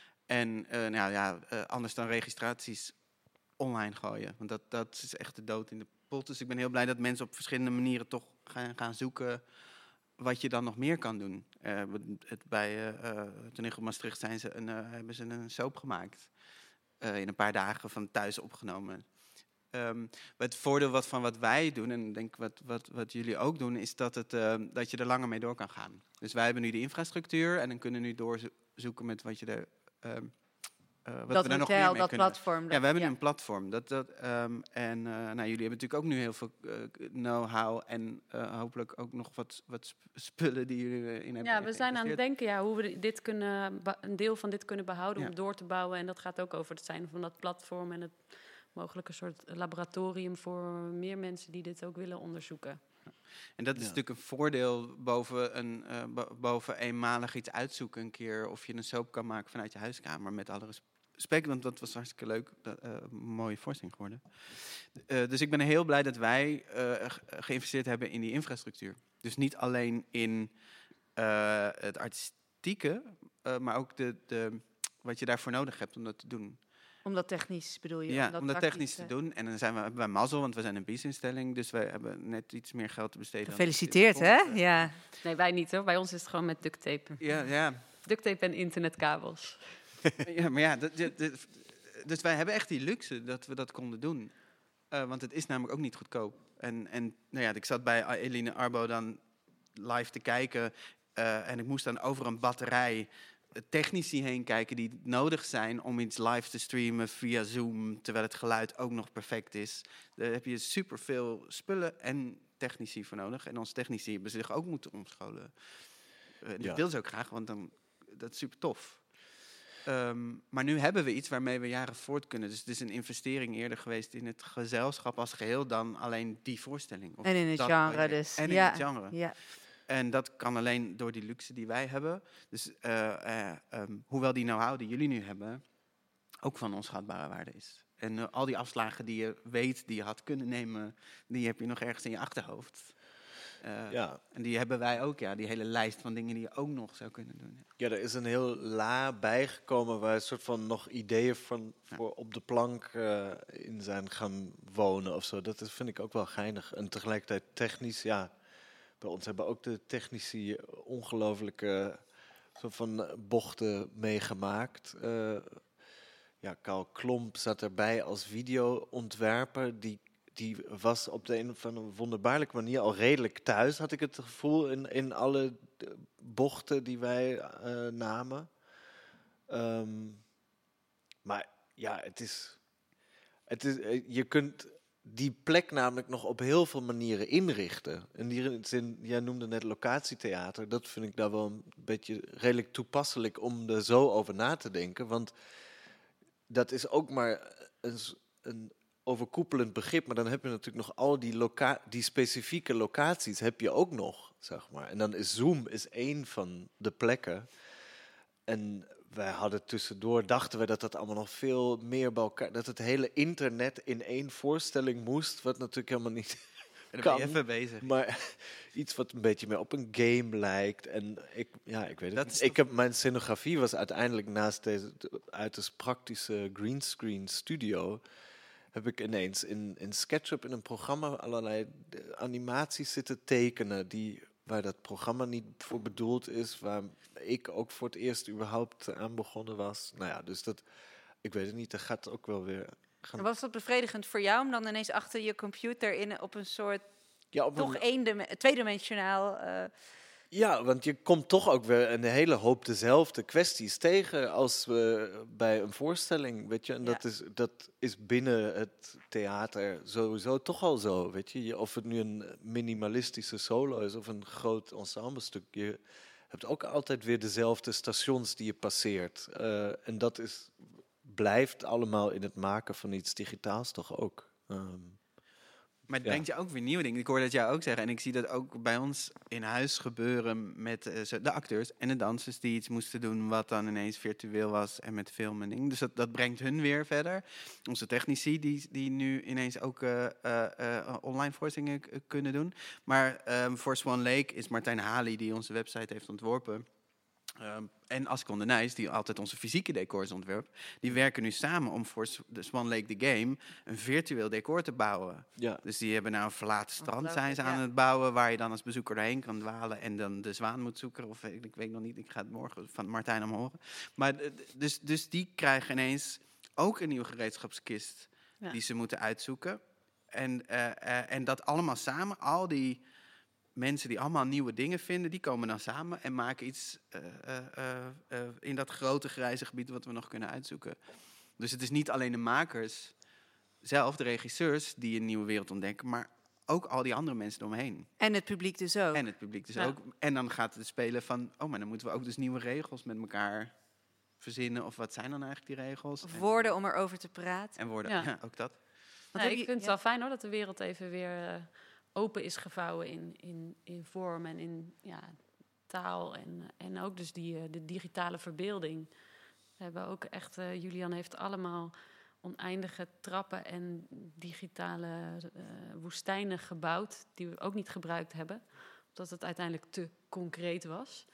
En uh, nou ja, uh, anders dan registraties online gooien. Want dat, dat is echt de dood in de pot. Dus ik ben heel blij dat mensen op verschillende manieren toch gaan, gaan zoeken wat je dan nog meer kan doen. Uh, het, bij, uh, toen ik op Maastricht zijn ze een, uh, hebben ze een soap gemaakt. Uh, in een paar dagen van thuis opgenomen. Um, het voordeel wat van wat wij doen, en ik denk wat, wat, wat jullie ook doen, is dat, het, uh, dat je er langer mee door kan gaan. Dus wij hebben nu de infrastructuur en dan kunnen we nu doorzoeken met wat je er... Um, uh, wat dat we er nog hotel, meer mee dat kunnen. platform. Dat, ja, we hebben ja. nu een platform. Dat, dat, um, en uh, nou, jullie hebben natuurlijk ook nu heel veel uh, know-how en uh, hopelijk ook nog wat, wat spullen die jullie in hebben. Ja, we zijn aan het denken ja, hoe we dit kunnen, een deel van dit kunnen behouden ja. om door te bouwen. En dat gaat ook over het zijn van dat platform en het mogelijk een soort laboratorium voor meer mensen die dit ook willen onderzoeken. Ja. En dat is ja. natuurlijk een voordeel boven, een, uh, bo- boven eenmalig iets uitzoeken een keer. Of je een soap kan maken vanuit je huiskamer met alle respect. Want dat was hartstikke leuk. Dat, uh, een mooie voorstelling geworden. Uh, dus ik ben heel blij dat wij uh, geïnvesteerd hebben in die infrastructuur. Dus niet alleen in uh, het artistieke, uh, maar ook de, de, wat je daarvoor nodig hebt om dat te doen. Om dat technisch bedoel je? Ja, om dat, om dat technisch te doen. En dan zijn we hebben wij mazzel, want we zijn een bies-instelling. Dus we hebben net iets meer geld te besteden. Gefeliciteerd, hè? Ja. Nee, wij niet hoor. Bij ons is het gewoon met duct tape. Ja, ja. Duct tape en internetkabels. Ja, maar ja, dat, dat, dat, dus wij hebben echt die luxe dat we dat konden doen. Uh, want het is namelijk ook niet goedkoop. En, en nou ja, ik zat bij Eline Arbo dan live te kijken. Uh, en ik moest dan over een batterij technici heen kijken die nodig zijn om iets live te streamen via Zoom, terwijl het geluid ook nog perfect is. Daar heb je superveel spullen en technici voor nodig. En onze technici hebben zich ook moeten omscholen. Uh, dat ja. wil ze ook graag, want dan, dat is super tof. Um, maar nu hebben we iets waarmee we jaren voort kunnen. Dus het is een investering eerder geweest in het gezelschap als geheel dan alleen die voorstelling. Of en in het genre project. Dus. En ja. in het genre. Ja. En dat kan alleen door die luxe die wij hebben. Dus uh, uh, um, hoewel die know-how die jullie nu hebben ook van onschatbare waarde is. En uh, al die afslagen die je weet die je had kunnen nemen, die heb je nog ergens in je achterhoofd. Uh, Ja. En die hebben wij ook, ja. Die hele lijst van dingen die je ook nog zou kunnen doen. Ja, ja er is een heel la bijgekomen waar een soort van nog ideeën van Ja. voor op de plank uh, in zijn gaan wonen of zo. Dat is, vind ik ook wel geinig. En tegelijkertijd technisch, ja. Bij ons hebben ook de technici ongelooflijke soort van bochten meegemaakt. Uh, ja, Karl Klomp zat erbij als videoontwerper. Die, die was op de een of andere wonderbaarlijke manier al redelijk thuis, had ik het gevoel, in, in alle bochten die wij uh, namen. Um, maar ja, het is, het is... Je kunt die plek namelijk nog op heel veel manieren inrichten. En die zin, jij noemde net locatietheater. Dat vind ik daar wel een beetje redelijk toepasselijk om er zo over na te denken. Want dat is ook maar een, een overkoepelend begrip. Maar dan heb je natuurlijk nog al die, loca- die specifieke locaties heb je ook nog, zeg maar. En dan is Zoom is één van de plekken. En wij hadden tussendoor, dachten we dat dat allemaal nog veel meer bij elkaar, dat het hele internet in één voorstelling moest, wat natuurlijk helemaal niet En dan kan. ben je even bezig. Maar iets wat een beetje meer op een game lijkt. En ik, ja, ik weet het Dat niet. is Ik heb, mijn scenografie was uiteindelijk naast deze uiterst praktische greenscreen studio, heb ik ineens in, in SketchUp in een programma allerlei animaties zitten tekenen die, waar dat programma niet voor bedoeld is, waar ik ook voor het eerst überhaupt aan begonnen was. Nou ja, dus dat, ik weet het niet, dat gaat ook wel weer gaan. En was dat bevredigend voor jou om dan ineens achter je computer in op een soort Ja, op toch een, één tweedimensionaal... Uh, ja, want je komt toch ook weer een hele hoop dezelfde kwesties tegen als we bij een voorstelling, weet je. En Ja. dat is, dat is binnen het theater sowieso toch al zo, weet je. Of het nu een minimalistische solo is of een groot ensemblestuk, je hebt ook altijd weer dezelfde stations die je passeert. Uh, en dat is, blijft allemaal in het maken van iets digitaals toch ook. Um, Maar het ja. brengt je ook weer nieuwe dingen. Ik hoor dat jou ook zeggen. En ik zie dat ook bij ons in huis gebeuren met uh, de acteurs en de dansers die iets moesten doen wat dan ineens virtueel was en met film en dingen. Dus dat, dat brengt hun weer verder. Onze technici die, die nu ineens ook uh, uh, uh, online voorstellingen k- kunnen doen. Maar um, voor Swan Lake is Martijn Hali, die onze website heeft ontworpen, Um, en Ascon de Nijs, die altijd onze fysieke decors ontwerpt, die werken nu samen om voor de Swan Lake The Game een virtueel decor te bouwen. Ja. Dus die hebben nou een verlaten strand, zijn ze ja. aan het bouwen, waar je dan als bezoeker doorheen kan dwalen en dan de zwaan moet zoeken. Of ik, ik weet nog niet, ik ga het morgen van Martijn om horen. Maar dus, dus die krijgen ineens ook een nieuwe gereedschapskist Ja. die ze moeten uitzoeken. En, uh, uh, en dat allemaal samen, al die mensen die allemaal nieuwe dingen vinden, die komen dan samen en maken iets uh, uh, uh, uh, in dat grote grijze gebied wat we nog kunnen uitzoeken. Dus het is niet alleen de makers zelf, de regisseurs, die een nieuwe wereld ontdekken, maar ook al die andere mensen eromheen. En het publiek dus ook. En het publiek dus Ja. ook. En dan gaat het spelen van, oh, maar dan moeten we ook dus nieuwe regels met elkaar verzinnen. Of wat zijn dan eigenlijk die regels? Of En- woorden om erover te praten. En woorden, Ja. ja, ook dat. Wat Nee, heb ik je- vind het ja. wel fijn hoor, dat de wereld even weer uh, open is gevouwen in, in, in vorm en in ja, taal. En, en ook dus die, uh, de digitale verbeelding. We hebben ook echt, uh, Julian heeft allemaal oneindige trappen en digitale uh, woestijnen gebouwd, die we ook niet gebruikt hebben, omdat het uiteindelijk te concreet was.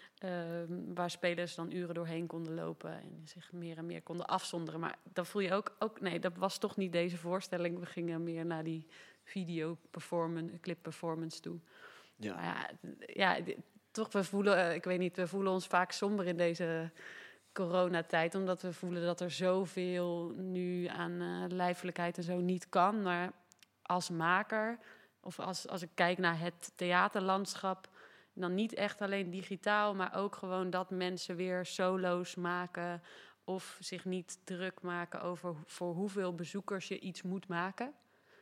Um, waar spelers dan uren doorheen konden lopen en zich meer en meer konden afzonderen. Maar dan voel je ook, ook nee, dat was toch niet deze voorstelling. We gingen meer naar die video performance, clip performance toe. Ja. Maar ja, ja, d- toch, we voelen, ik weet niet, we voelen ons vaak somber in deze coronatijd, omdat we voelen dat er zoveel nu aan uh, lijfelijkheid en zo niet kan. Maar als maker, of als, als ik kijk naar het theaterlandschap, dan niet echt alleen digitaal, maar ook gewoon dat mensen weer solo's maken of zich niet druk maken over ho- voor hoeveel bezoekers je iets moet maken.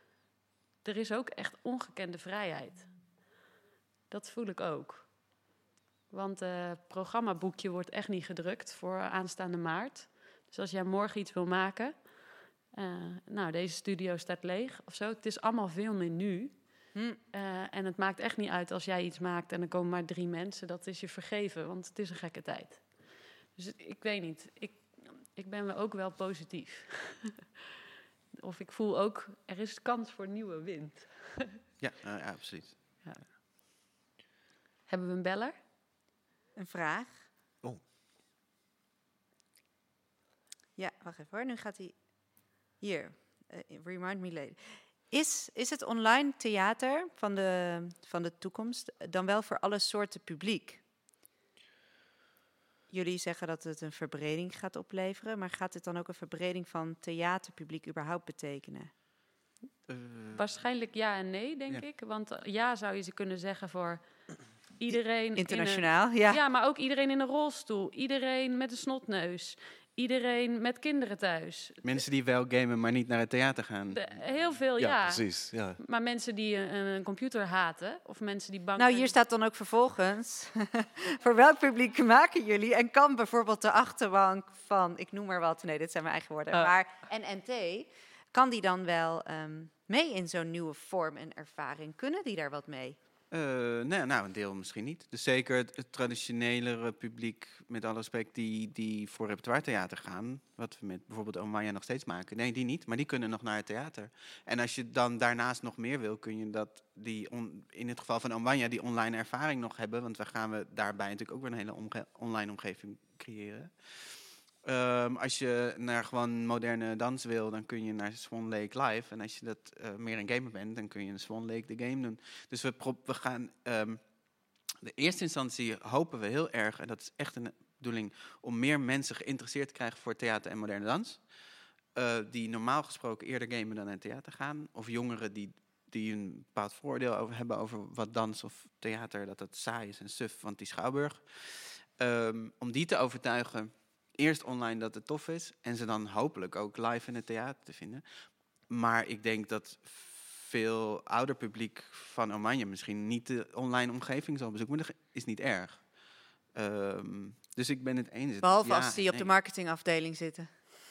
Er is ook echt ongekende vrijheid. Dat voel ik ook. Want het programmaboekje wordt echt niet gedrukt voor aanstaande maart. Dus als jij morgen iets wil maken, uh, nou, deze studio staat leeg of zo. Het is allemaal veel meer nu. Hm. Uh, en het maakt echt niet uit als jij iets maakt en er komen maar drie mensen. Dat is je vergeven, want het is een gekke tijd. Dus ik weet niet. Ik, ik ben wel ook wel positief. Of ik voel ook, er is kans voor nieuwe wind. Ja, uh, ja absoluut. Ja. Hebben we een beller? Een vraag. Oh. Ja, wacht even hoor. Nu gaat hij... Hier. Uh, remind me later. Is, is het online theater van de, van de toekomst dan wel voor alle soorten publiek? Jullie zeggen dat het een verbreding gaat opleveren, maar gaat dit dan ook een verbreding van theaterpubliek überhaupt betekenen? Uh, Waarschijnlijk ja en nee, denk Ja. ik. Want uh, ja zou je ze kunnen zeggen voor iedereen... Internationaal, in een, ja. Ja, maar ook iedereen in een rolstoel. Iedereen met een snotneus. Iedereen met kinderen thuis. Mensen die wel gamen, maar niet naar het theater gaan. De, heel veel Ja, ja. precies. Ja. Maar mensen die een, een computer haten, of mensen die bang Nou, zijn... hier staat dan ook vervolgens, voor welk publiek maken jullie? En kan bijvoorbeeld de achterbank van, ik noem maar wat, nee, dit zijn mijn eigen woorden, Oh. maar N N T, kan die dan wel um, mee in zo'n nieuwe vorm en ervaring? Kunnen die daar wat mee? Uh, nee, nou, een deel misschien niet. Dus zeker het, het traditionelere publiek, met alle respect, die, die voor repertoiretheater gaan, wat we met bijvoorbeeld Omwanya nog steeds maken. Nee, die niet, maar die kunnen nog naar het theater. En als je dan daarnaast nog meer wil, kun je dat die on, in het geval van Omwanya die online ervaring nog hebben, want we gaan we daarbij natuurlijk ook weer een hele omge- online omgeving creëren. Um, als je naar gewoon moderne dans wil, dan kun je naar Swan Lake Live. En als je dat uh, meer een gamer bent, dan kun je in Swan Lake de game doen. Dus we, pro- we gaan... Um, de eerste instantie hopen we heel erg, en dat is echt een bedoeling, om meer mensen geïnteresseerd te krijgen voor theater en moderne dans. Uh, die normaal gesproken eerder gamen dan naar het theater gaan. Of jongeren die, die een bepaald vooroordeel over hebben over wat dans of theater, dat dat saai is en suf, want die Schouwburg. Um, om die te overtuigen... Eerst online dat het tof is en ze dan hopelijk ook live in het theater te vinden. Maar ik denk dat veel ouder publiek van Omwanya misschien niet de online omgeving zal bezoeken. Maar dat is niet erg. Um, dus ik ben het eens. Behalve ja, als die op nee. de marketingafdeling zitten.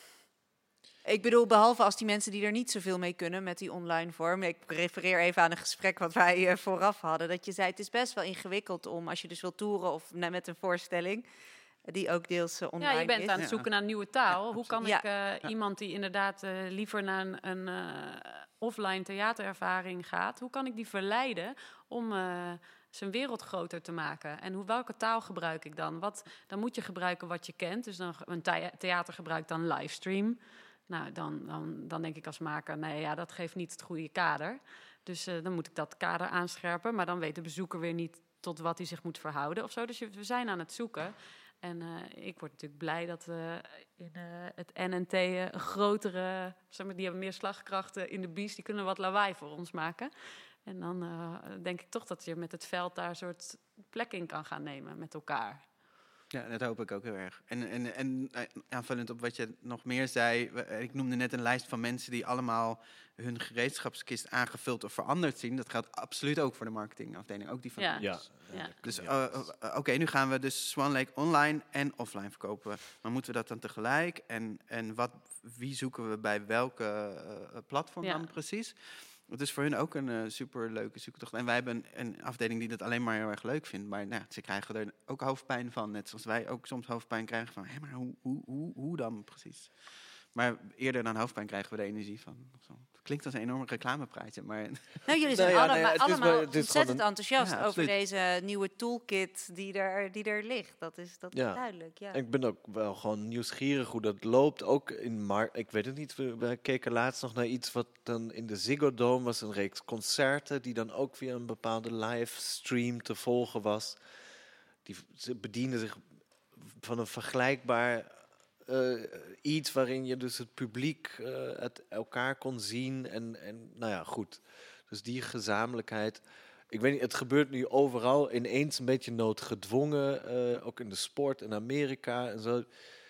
Ik bedoel, behalve als die mensen die er niet zoveel mee kunnen met die online vorm. Ik refereer even aan een gesprek wat wij uh, vooraf hadden. Dat je zei, het is best wel ingewikkeld om, als je dus wil toeren of met een voorstelling... die ook deels uh, online is. Ja, je bent is. aan het zoeken naar een nieuwe taal. Ja, Hoe kan ja. ik uh, ja. iemand die inderdaad uh, liever naar een, een uh, offline theaterervaring gaat... hoe kan ik die verleiden om uh, zijn wereld groter te maken? En hoe, welke taal gebruik ik dan? Wat, dan moet je gebruiken wat je kent. Dus dan, een thea- theater gebruikt dan livestream. Nou, dan, dan, dan denk ik als maker, nee, ja, dat geeft niet het goede kader. Dus uh, dan moet ik dat kader aanscherpen. Maar dan weet de bezoeker weer niet tot wat hij zich moet verhouden of zo. Dus je, we zijn aan het zoeken... En uh, ik word natuurlijk blij dat we in uh, het N N T uh, een grotere... Zeg maar, die hebben meer slagkrachten in de bies. Die kunnen wat lawaai voor ons maken. En dan uh, denk ik toch dat je met het veld daar een soort plek in kan gaan nemen met elkaar. Ja, dat hoop ik ook heel erg. En, en, en aanvullend op wat je nog meer zei... Ik noemde net een lijst van mensen die allemaal hun gereedschapskist aangevuld of veranderd zien. Dat geldt absoluut ook voor de marketingafdeling. Ook die van Ja. ons. Ja. Ja. Dus uh, uh, oké, okay, nu gaan we dus Swan Lake online en offline verkopen. Maar moeten we dat dan tegelijk? En, en wat, wie zoeken we bij welke uh, platform Ja. dan precies? Het is voor hun ook een uh, super leuke zoektocht. En wij hebben een, een afdeling die dat alleen maar heel erg leuk vindt. Maar nou, ze krijgen er ook hoofdpijn van. Net zoals wij ook soms hoofdpijn krijgen van... hé, maar hoe, hoe, hoe, hoe dan precies? Maar eerder dan hoofdpijn krijgen we de energie van. Zo. Het klinkt als een enorme reclamepraatje, maar... Nou, jullie zijn Nou ja, allemaal, nee, het is allemaal maar- het is ontzettend gewoon een- enthousiast Ja, over absoluut. deze nieuwe toolkit die er, die er ligt. Dat is, dat is Ja. duidelijk, ja. Ik ben ook wel gewoon nieuwsgierig hoe dat loopt. Ook in mar- ik weet het niet, we, we keken laatst nog naar iets wat dan in de Ziggo Dome was. Een reeks concerten die dan ook via een bepaalde livestream te volgen was. Die, ze bedienen zich van een vergelijkbaar uh, iets waarin je dus het publiek uh, het elkaar kon zien. En, en nou ja, goed. Dus die gezamenlijkheid. Ik weet niet, het gebeurt nu overal ineens een beetje noodgedwongen. Uh, ook in de sport in Amerika en zo.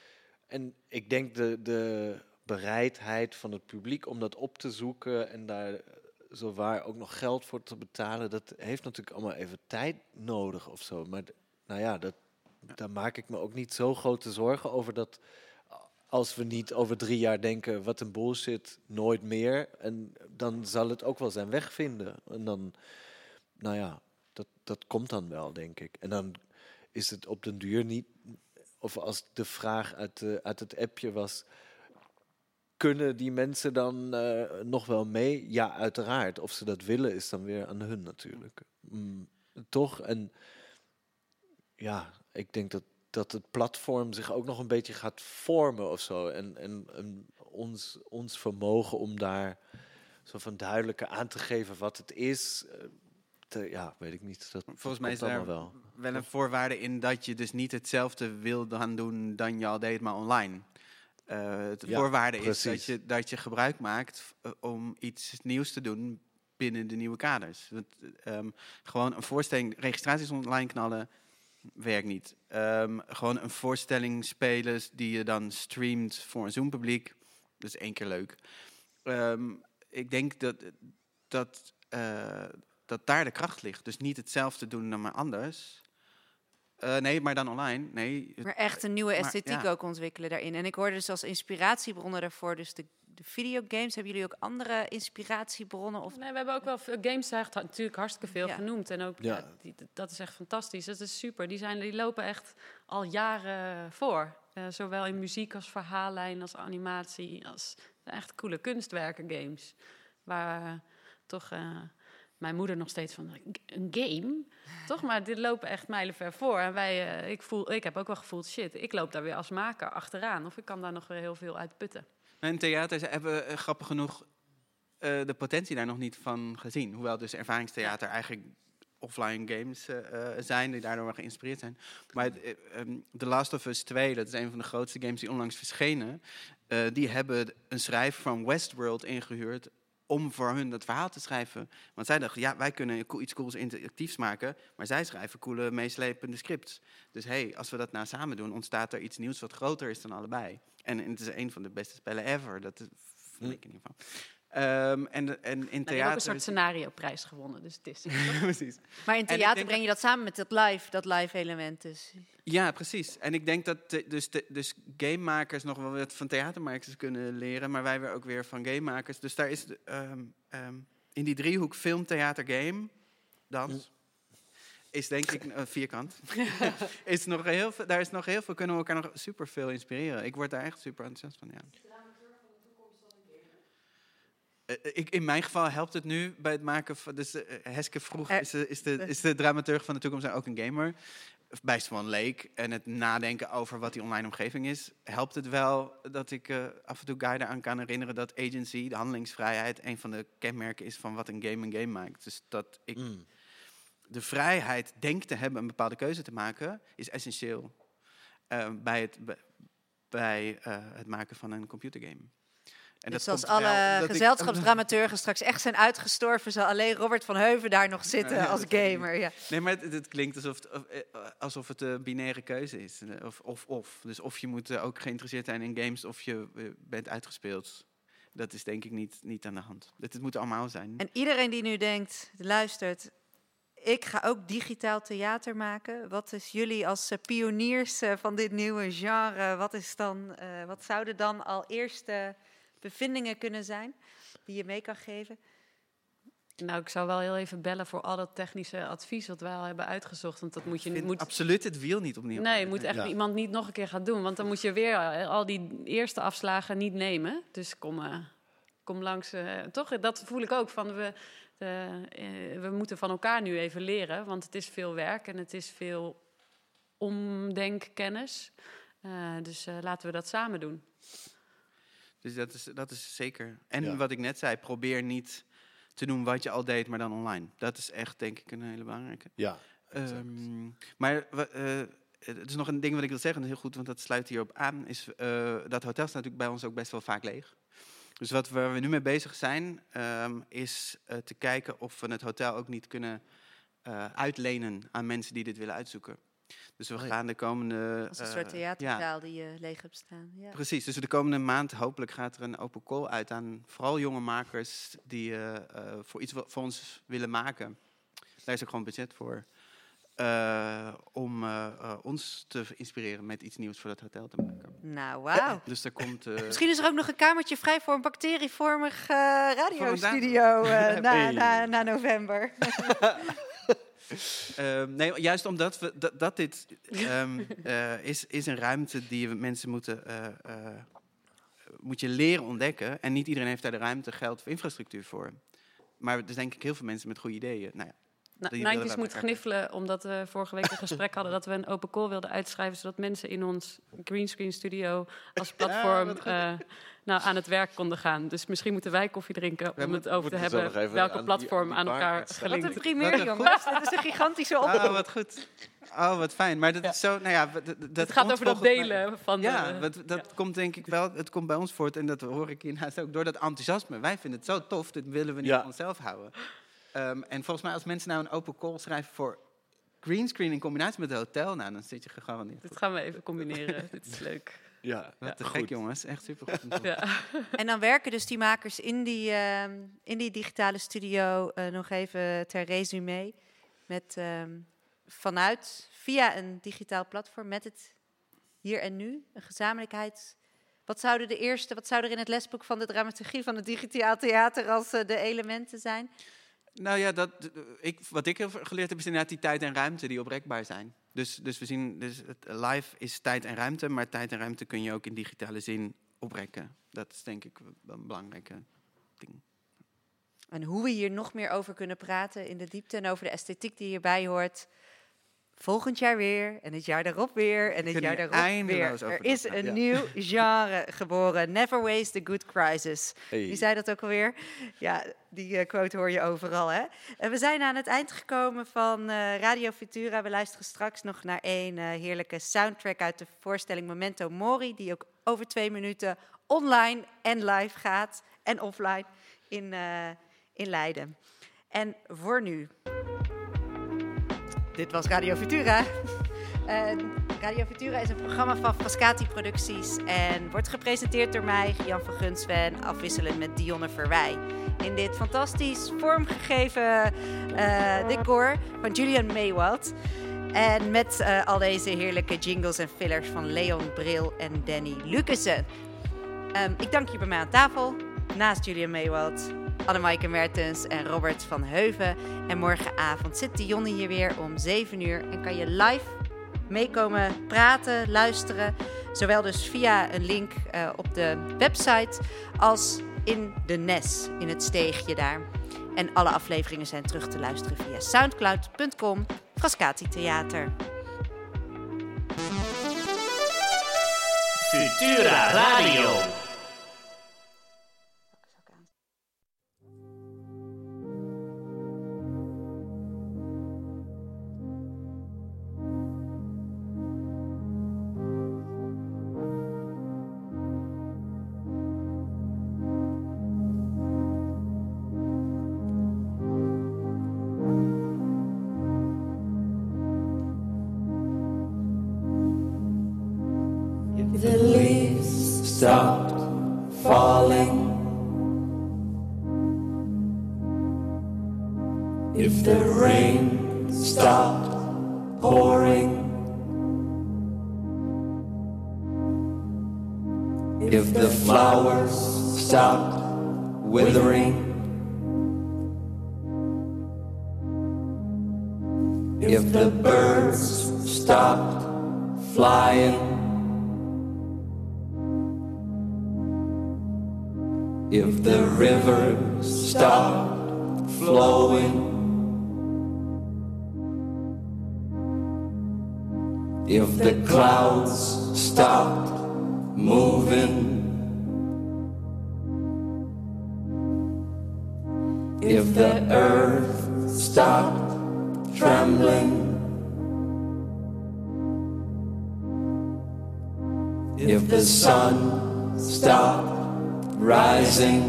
En ik denk de, de bereidheid van het publiek om dat op te zoeken en daar zowaar ook nog geld voor te betalen, dat heeft natuurlijk allemaal even tijd nodig of zo. Maar d- nou ja, dat, daar maak ik me ook niet zo grote zorgen over dat als we niet over drie jaar denken, wat een bullshit, nooit meer. En dan zal het ook wel zijn weg vinden. En dan, nou ja, dat, dat komt dan wel, denk ik. En dan is het op den duur niet, of als de vraag uit, de, uit het appje was, kunnen die mensen dan uh, nog wel mee? Ja, uiteraard. Of ze dat willen, is dan weer aan hun natuurlijk. Mm, toch? En ja, ik denk dat, dat het platform zich ook nog een beetje gaat vormen of zo. En, en, en ons, ons vermogen om daar zo van duidelijker aan te geven wat het is. uh, Te, ja, weet ik niet. Dat, Volgens dat mij is komt daar allemaal wel. wel een voorwaarde in dat je dus niet hetzelfde wil gaan doen dan je al deed, maar online. Uh, de Ja, voorwaarde is precies. dat je, dat je gebruik maakt uh, om iets nieuws te doen binnen de nieuwe kaders. Want, um, gewoon een voorstelling, registraties online knallen, werkt niet. Um, gewoon een voorstelling spelen die je dan streamt voor een Zoom-publiek, dat is één keer leuk. Um, ik denk dat, dat, uh, dat daar de kracht ligt. Dus niet hetzelfde doen dan maar anders. Uh, nee, maar dan online. Nee, Maar echt een nieuwe Maar, esthetiek ja. ook ontwikkelen daarin. En ik hoorde dus als inspiratiebronnen daarvoor dus de, de videogames. Hebben jullie ook andere inspiratiebronnen? Of Nee, we hebben ook wel veel games echt ha- natuurlijk hartstikke veel Ja. genoemd. En ook, Ja. ja, die, dat is echt fantastisch. Dat is super. Die, zijn, die lopen echt al jaren voor. Uh, zowel in muziek als verhaallijn, als animatie. Als echt coole kunstwerken games. Waar uh, toch uh, mijn moeder nog steeds van, een game? Toch, maar dit lopen echt mijlenver voor. En wij, uh, ik, voel, ik heb ook wel gevoeld, shit, ik loop daar weer als maker achteraan. Of ik kan daar nog weer heel veel uit putten. En theaters hebben uh, grappig genoeg uh, de potentie daar nog niet van gezien. Hoewel dus ervaringstheater eigenlijk offline games uh, uh, zijn die daardoor wel geïnspireerd zijn. Maar uh, um, The Last of Us twee, dat is een van de grootste games die onlangs verschenen. Uh, die hebben een schrijver van Westworld ingehuurd om voor hun dat verhaal te schrijven. Want zij dachten, ja, wij kunnen iets cools interactiefs maken, maar zij schrijven coole, meeslepende scripts. Dus hé, hey, als we dat nou samen doen, ontstaat er iets nieuws wat groter is dan allebei. En, en het is een van de beste spellen ever. Dat is, vind ik in ieder geval. Um, en, en in Nou, die theater... hebben ook een soort scenario-prijs gewonnen, dus het is... Precies. Maar in En ik theater denk breng je dat samen met dat live, dat live element. Dus. Ja, precies. En ik denk dat de, dus, de, dus gamemakers nog wel wat van theatermakers kunnen leren, maar wij weer ook weer van gamemakers. Dus daar is de, um, um, in die driehoek film, theater, game, dans, is denk ik uh, vierkant. is nog heel veel, daar is nog heel veel, kunnen we elkaar nog super veel inspireren. Ik word daar echt super enthousiast van, ja. Uh, ik, in mijn geval helpt het nu bij het maken van... Dus uh, Heske vroeg, is de, is, de, is de dramaturg van de toekomst ook een gamer? Bij Swan Lake en het nadenken over wat die online omgeving is... helpt het wel dat ik uh, af en toe Guy eraan kan herinneren... dat agency, de handelingsvrijheid... een van de kenmerken is van wat een game een game maakt. Dus dat ik mm. de vrijheid denk te hebben een bepaalde keuze te maken... is essentieel uh, bij, het, bij, bij uh, het maken van een computergame. En dus dat als alle gezelschapsdramaturgen straks echt zijn uitgestorven... zal alleen Robert van Heuven daar nog zitten ja, als gamer. Ja. Nee, maar het, het klinkt alsof het, alsof het een binaire keuze is. Of, of, of. Dus of je moet ook geïnteresseerd zijn in games... of je bent uitgespeeld. Dat is denk ik niet, niet aan de hand. Het, het moet allemaal zijn. En iedereen die nu denkt, luistert... ik ga ook digitaal theater maken. Wat is jullie als uh, pioniers uh, van dit nieuwe genre... wat, is dan, uh, wat zouden dan al eerste... bevindingen kunnen zijn die je mee kan geven? Nou, ik zou wel heel even bellen voor al dat technische advies wat wij al hebben uitgezocht. Want dat moet je niet. Moet... absoluut het wiel niet opnieuw. Nee, moet echt ja. iemand niet nog een keer gaan doen. Want dan moet je weer al die eerste afslagen niet nemen. Dus kom, uh, kom langs. Uh, toch, dat voel ik ook. Van we, uh, uh, we moeten van elkaar nu even leren. Want het is veel werk en het is veel omdenkkennis. Uh, dus uh, laten we dat samen doen. Dus dat is, dat is zeker. En ja. wat ik net zei, probeer niet te doen wat je al deed, maar dan online. Dat is echt, denk ik, een hele belangrijke. Ja, um, maar uh, het is nog een ding wat ik wil zeggen, heel goed, want dat sluit hierop aan, is uh, dat hotel staat natuurlijk bij ons ook best wel vaak leeg. Dus wat we, we nu mee bezig zijn, um, is uh, te kijken of we het hotel ook niet kunnen uh, uitlenen aan mensen die dit willen uitzoeken. Dus we oh ja. gaan de komende... Als een uh, soort theaterzaal ja. die je leeg hebt staan. Ja. Precies, dus de komende maand hopelijk gaat er een open call uit aan vooral jonge makers die uh, uh, voor iets voor ons willen maken. Daar is ook gewoon budget voor. Uh, om uh, uh, ons te inspireren met iets nieuws voor dat hotel te maken. Nou, wauw. Dus er komt... Uh, Misschien is er ook nog een kamertje vrij voor een bacterievormig uh, radiostudio uh, na, na, na november. Uh, nee, juist omdat we, dat, dat dit um, uh, is, is een ruimte die mensen moeten, uh, uh, moet je leren ontdekken. En niet iedereen heeft daar de ruimte, geld of infrastructuur voor. Maar er zijn denk ik heel veel mensen met goede ideeën. Nou ja, Na, Die willen Nijntjes we moet elkaar- gniffelen, omdat we vorige week een gesprek hadden dat we een open call wilden uitschrijven, zodat mensen in ons greenscreen studio als platform wat goed. eh, nou, aan het werk konden gaan. Dus misschien moeten wij koffie drinken om moet- het over te moeten zo hebben nog even welke aan die- platform aan aan die elkaar kaart staan. Wat gelinkt. een primeur, Wat een jongens. Dit is een gigantische oproep. Oh, wat goed. Oh, wat fijn. Maar dat is zo, nou ja... Dat, dat Het gaat komt over dat volgens mij- delen van Ja, de... wat, dat komt denk ik wel, het komt bij ons voort en dat hoor ik inderdaad ook door dat enthousiasme. Wij vinden het zo tof, dit willen we niet Ja. voor onszelf houden. Um, en volgens mij als mensen nou een open call schrijven voor greenscreen in combinatie met een hotel, nou dan zit je gegarandeerd. Dit gaan we even combineren. Dit is leuk. Ja, Wat te goed. gek jongens, echt super goed. Ja. En dan werken dus die makers in die, ehm, in die digitale studio, eh, nog even ter resume, met ehm, vanuit, via een digitaal platform, met het hier en nu, een gezamenlijkheid. Wat zouden de eerste, wat zou er in het lesboek van de dramaturgie van het digitaal theater als eh, de elementen zijn? Nou ja, dat, ik, wat ik geleerd heb is inderdaad die tijd en ruimte die oprekbaar zijn. Dus, dus we zien, dus het live is tijd en ruimte, maar tijd en ruimte kun je ook in digitale zin oprekken. Dat is denk ik wel een belangrijke ding. En hoe we hier nog meer over kunnen praten in de diepte en over de esthetiek die hierbij hoort. Volgend jaar weer en het jaar daarop weer en het kunnen jaar hier daarop eindeloos weer. over Er is doorgaan, een ja. nieuw genre geboren. Never waste a good crisis. Hey. Wie zei dat ook alweer? Ja, die eh, quote hoor je overal, hè? En we zijn aan het eind gekomen van eh, Radio Futura. We luisteren straks nog naar een eh, heerlijke soundtrack uit de voorstelling Memento Mori, die ook over twee minuten online en live gaat en offline in, uh, in Leiden. En voor nu... Dit was Radio Futura. Uh, Radio Futura is een programma van Frascati Producties en wordt gepresenteerd door mij, Jan van Gunsven, afwisselend met Dionne Verwij. In dit fantastisch vormgegeven uh, decor van Julian Maywald. En met uh, al deze heerlijke jingles en fillers van Leon Bril en Danny Lucassen. Um, ik dank je bij mij aan tafel, naast Julian Maywald, Annemaike Mertens en Robert van Heuven. En morgenavond zit Dionne hier weer om zeven uur en kan je live meekomen praten, luisteren. Zowel dus via een link uh, op de website als in de N E S, in het steegje daar. En alle afleveringen zijn terug te luisteren via soundcloud punt com, Frascati Theater. Futura Radio. The leaves stopped falling. If the rain stopped pouring. If the flowers stopped withering. If the birds stopped flying. If the rivers stopped flowing. If the clouds stopped moving. If the earth stopped trembling. If the sun stopped rising.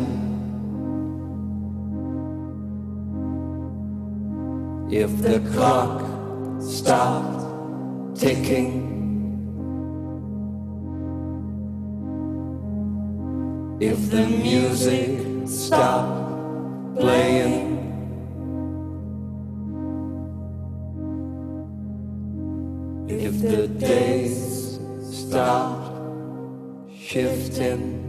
If the clock stopped ticking. If the music stopped playing. If the days stopped shifting.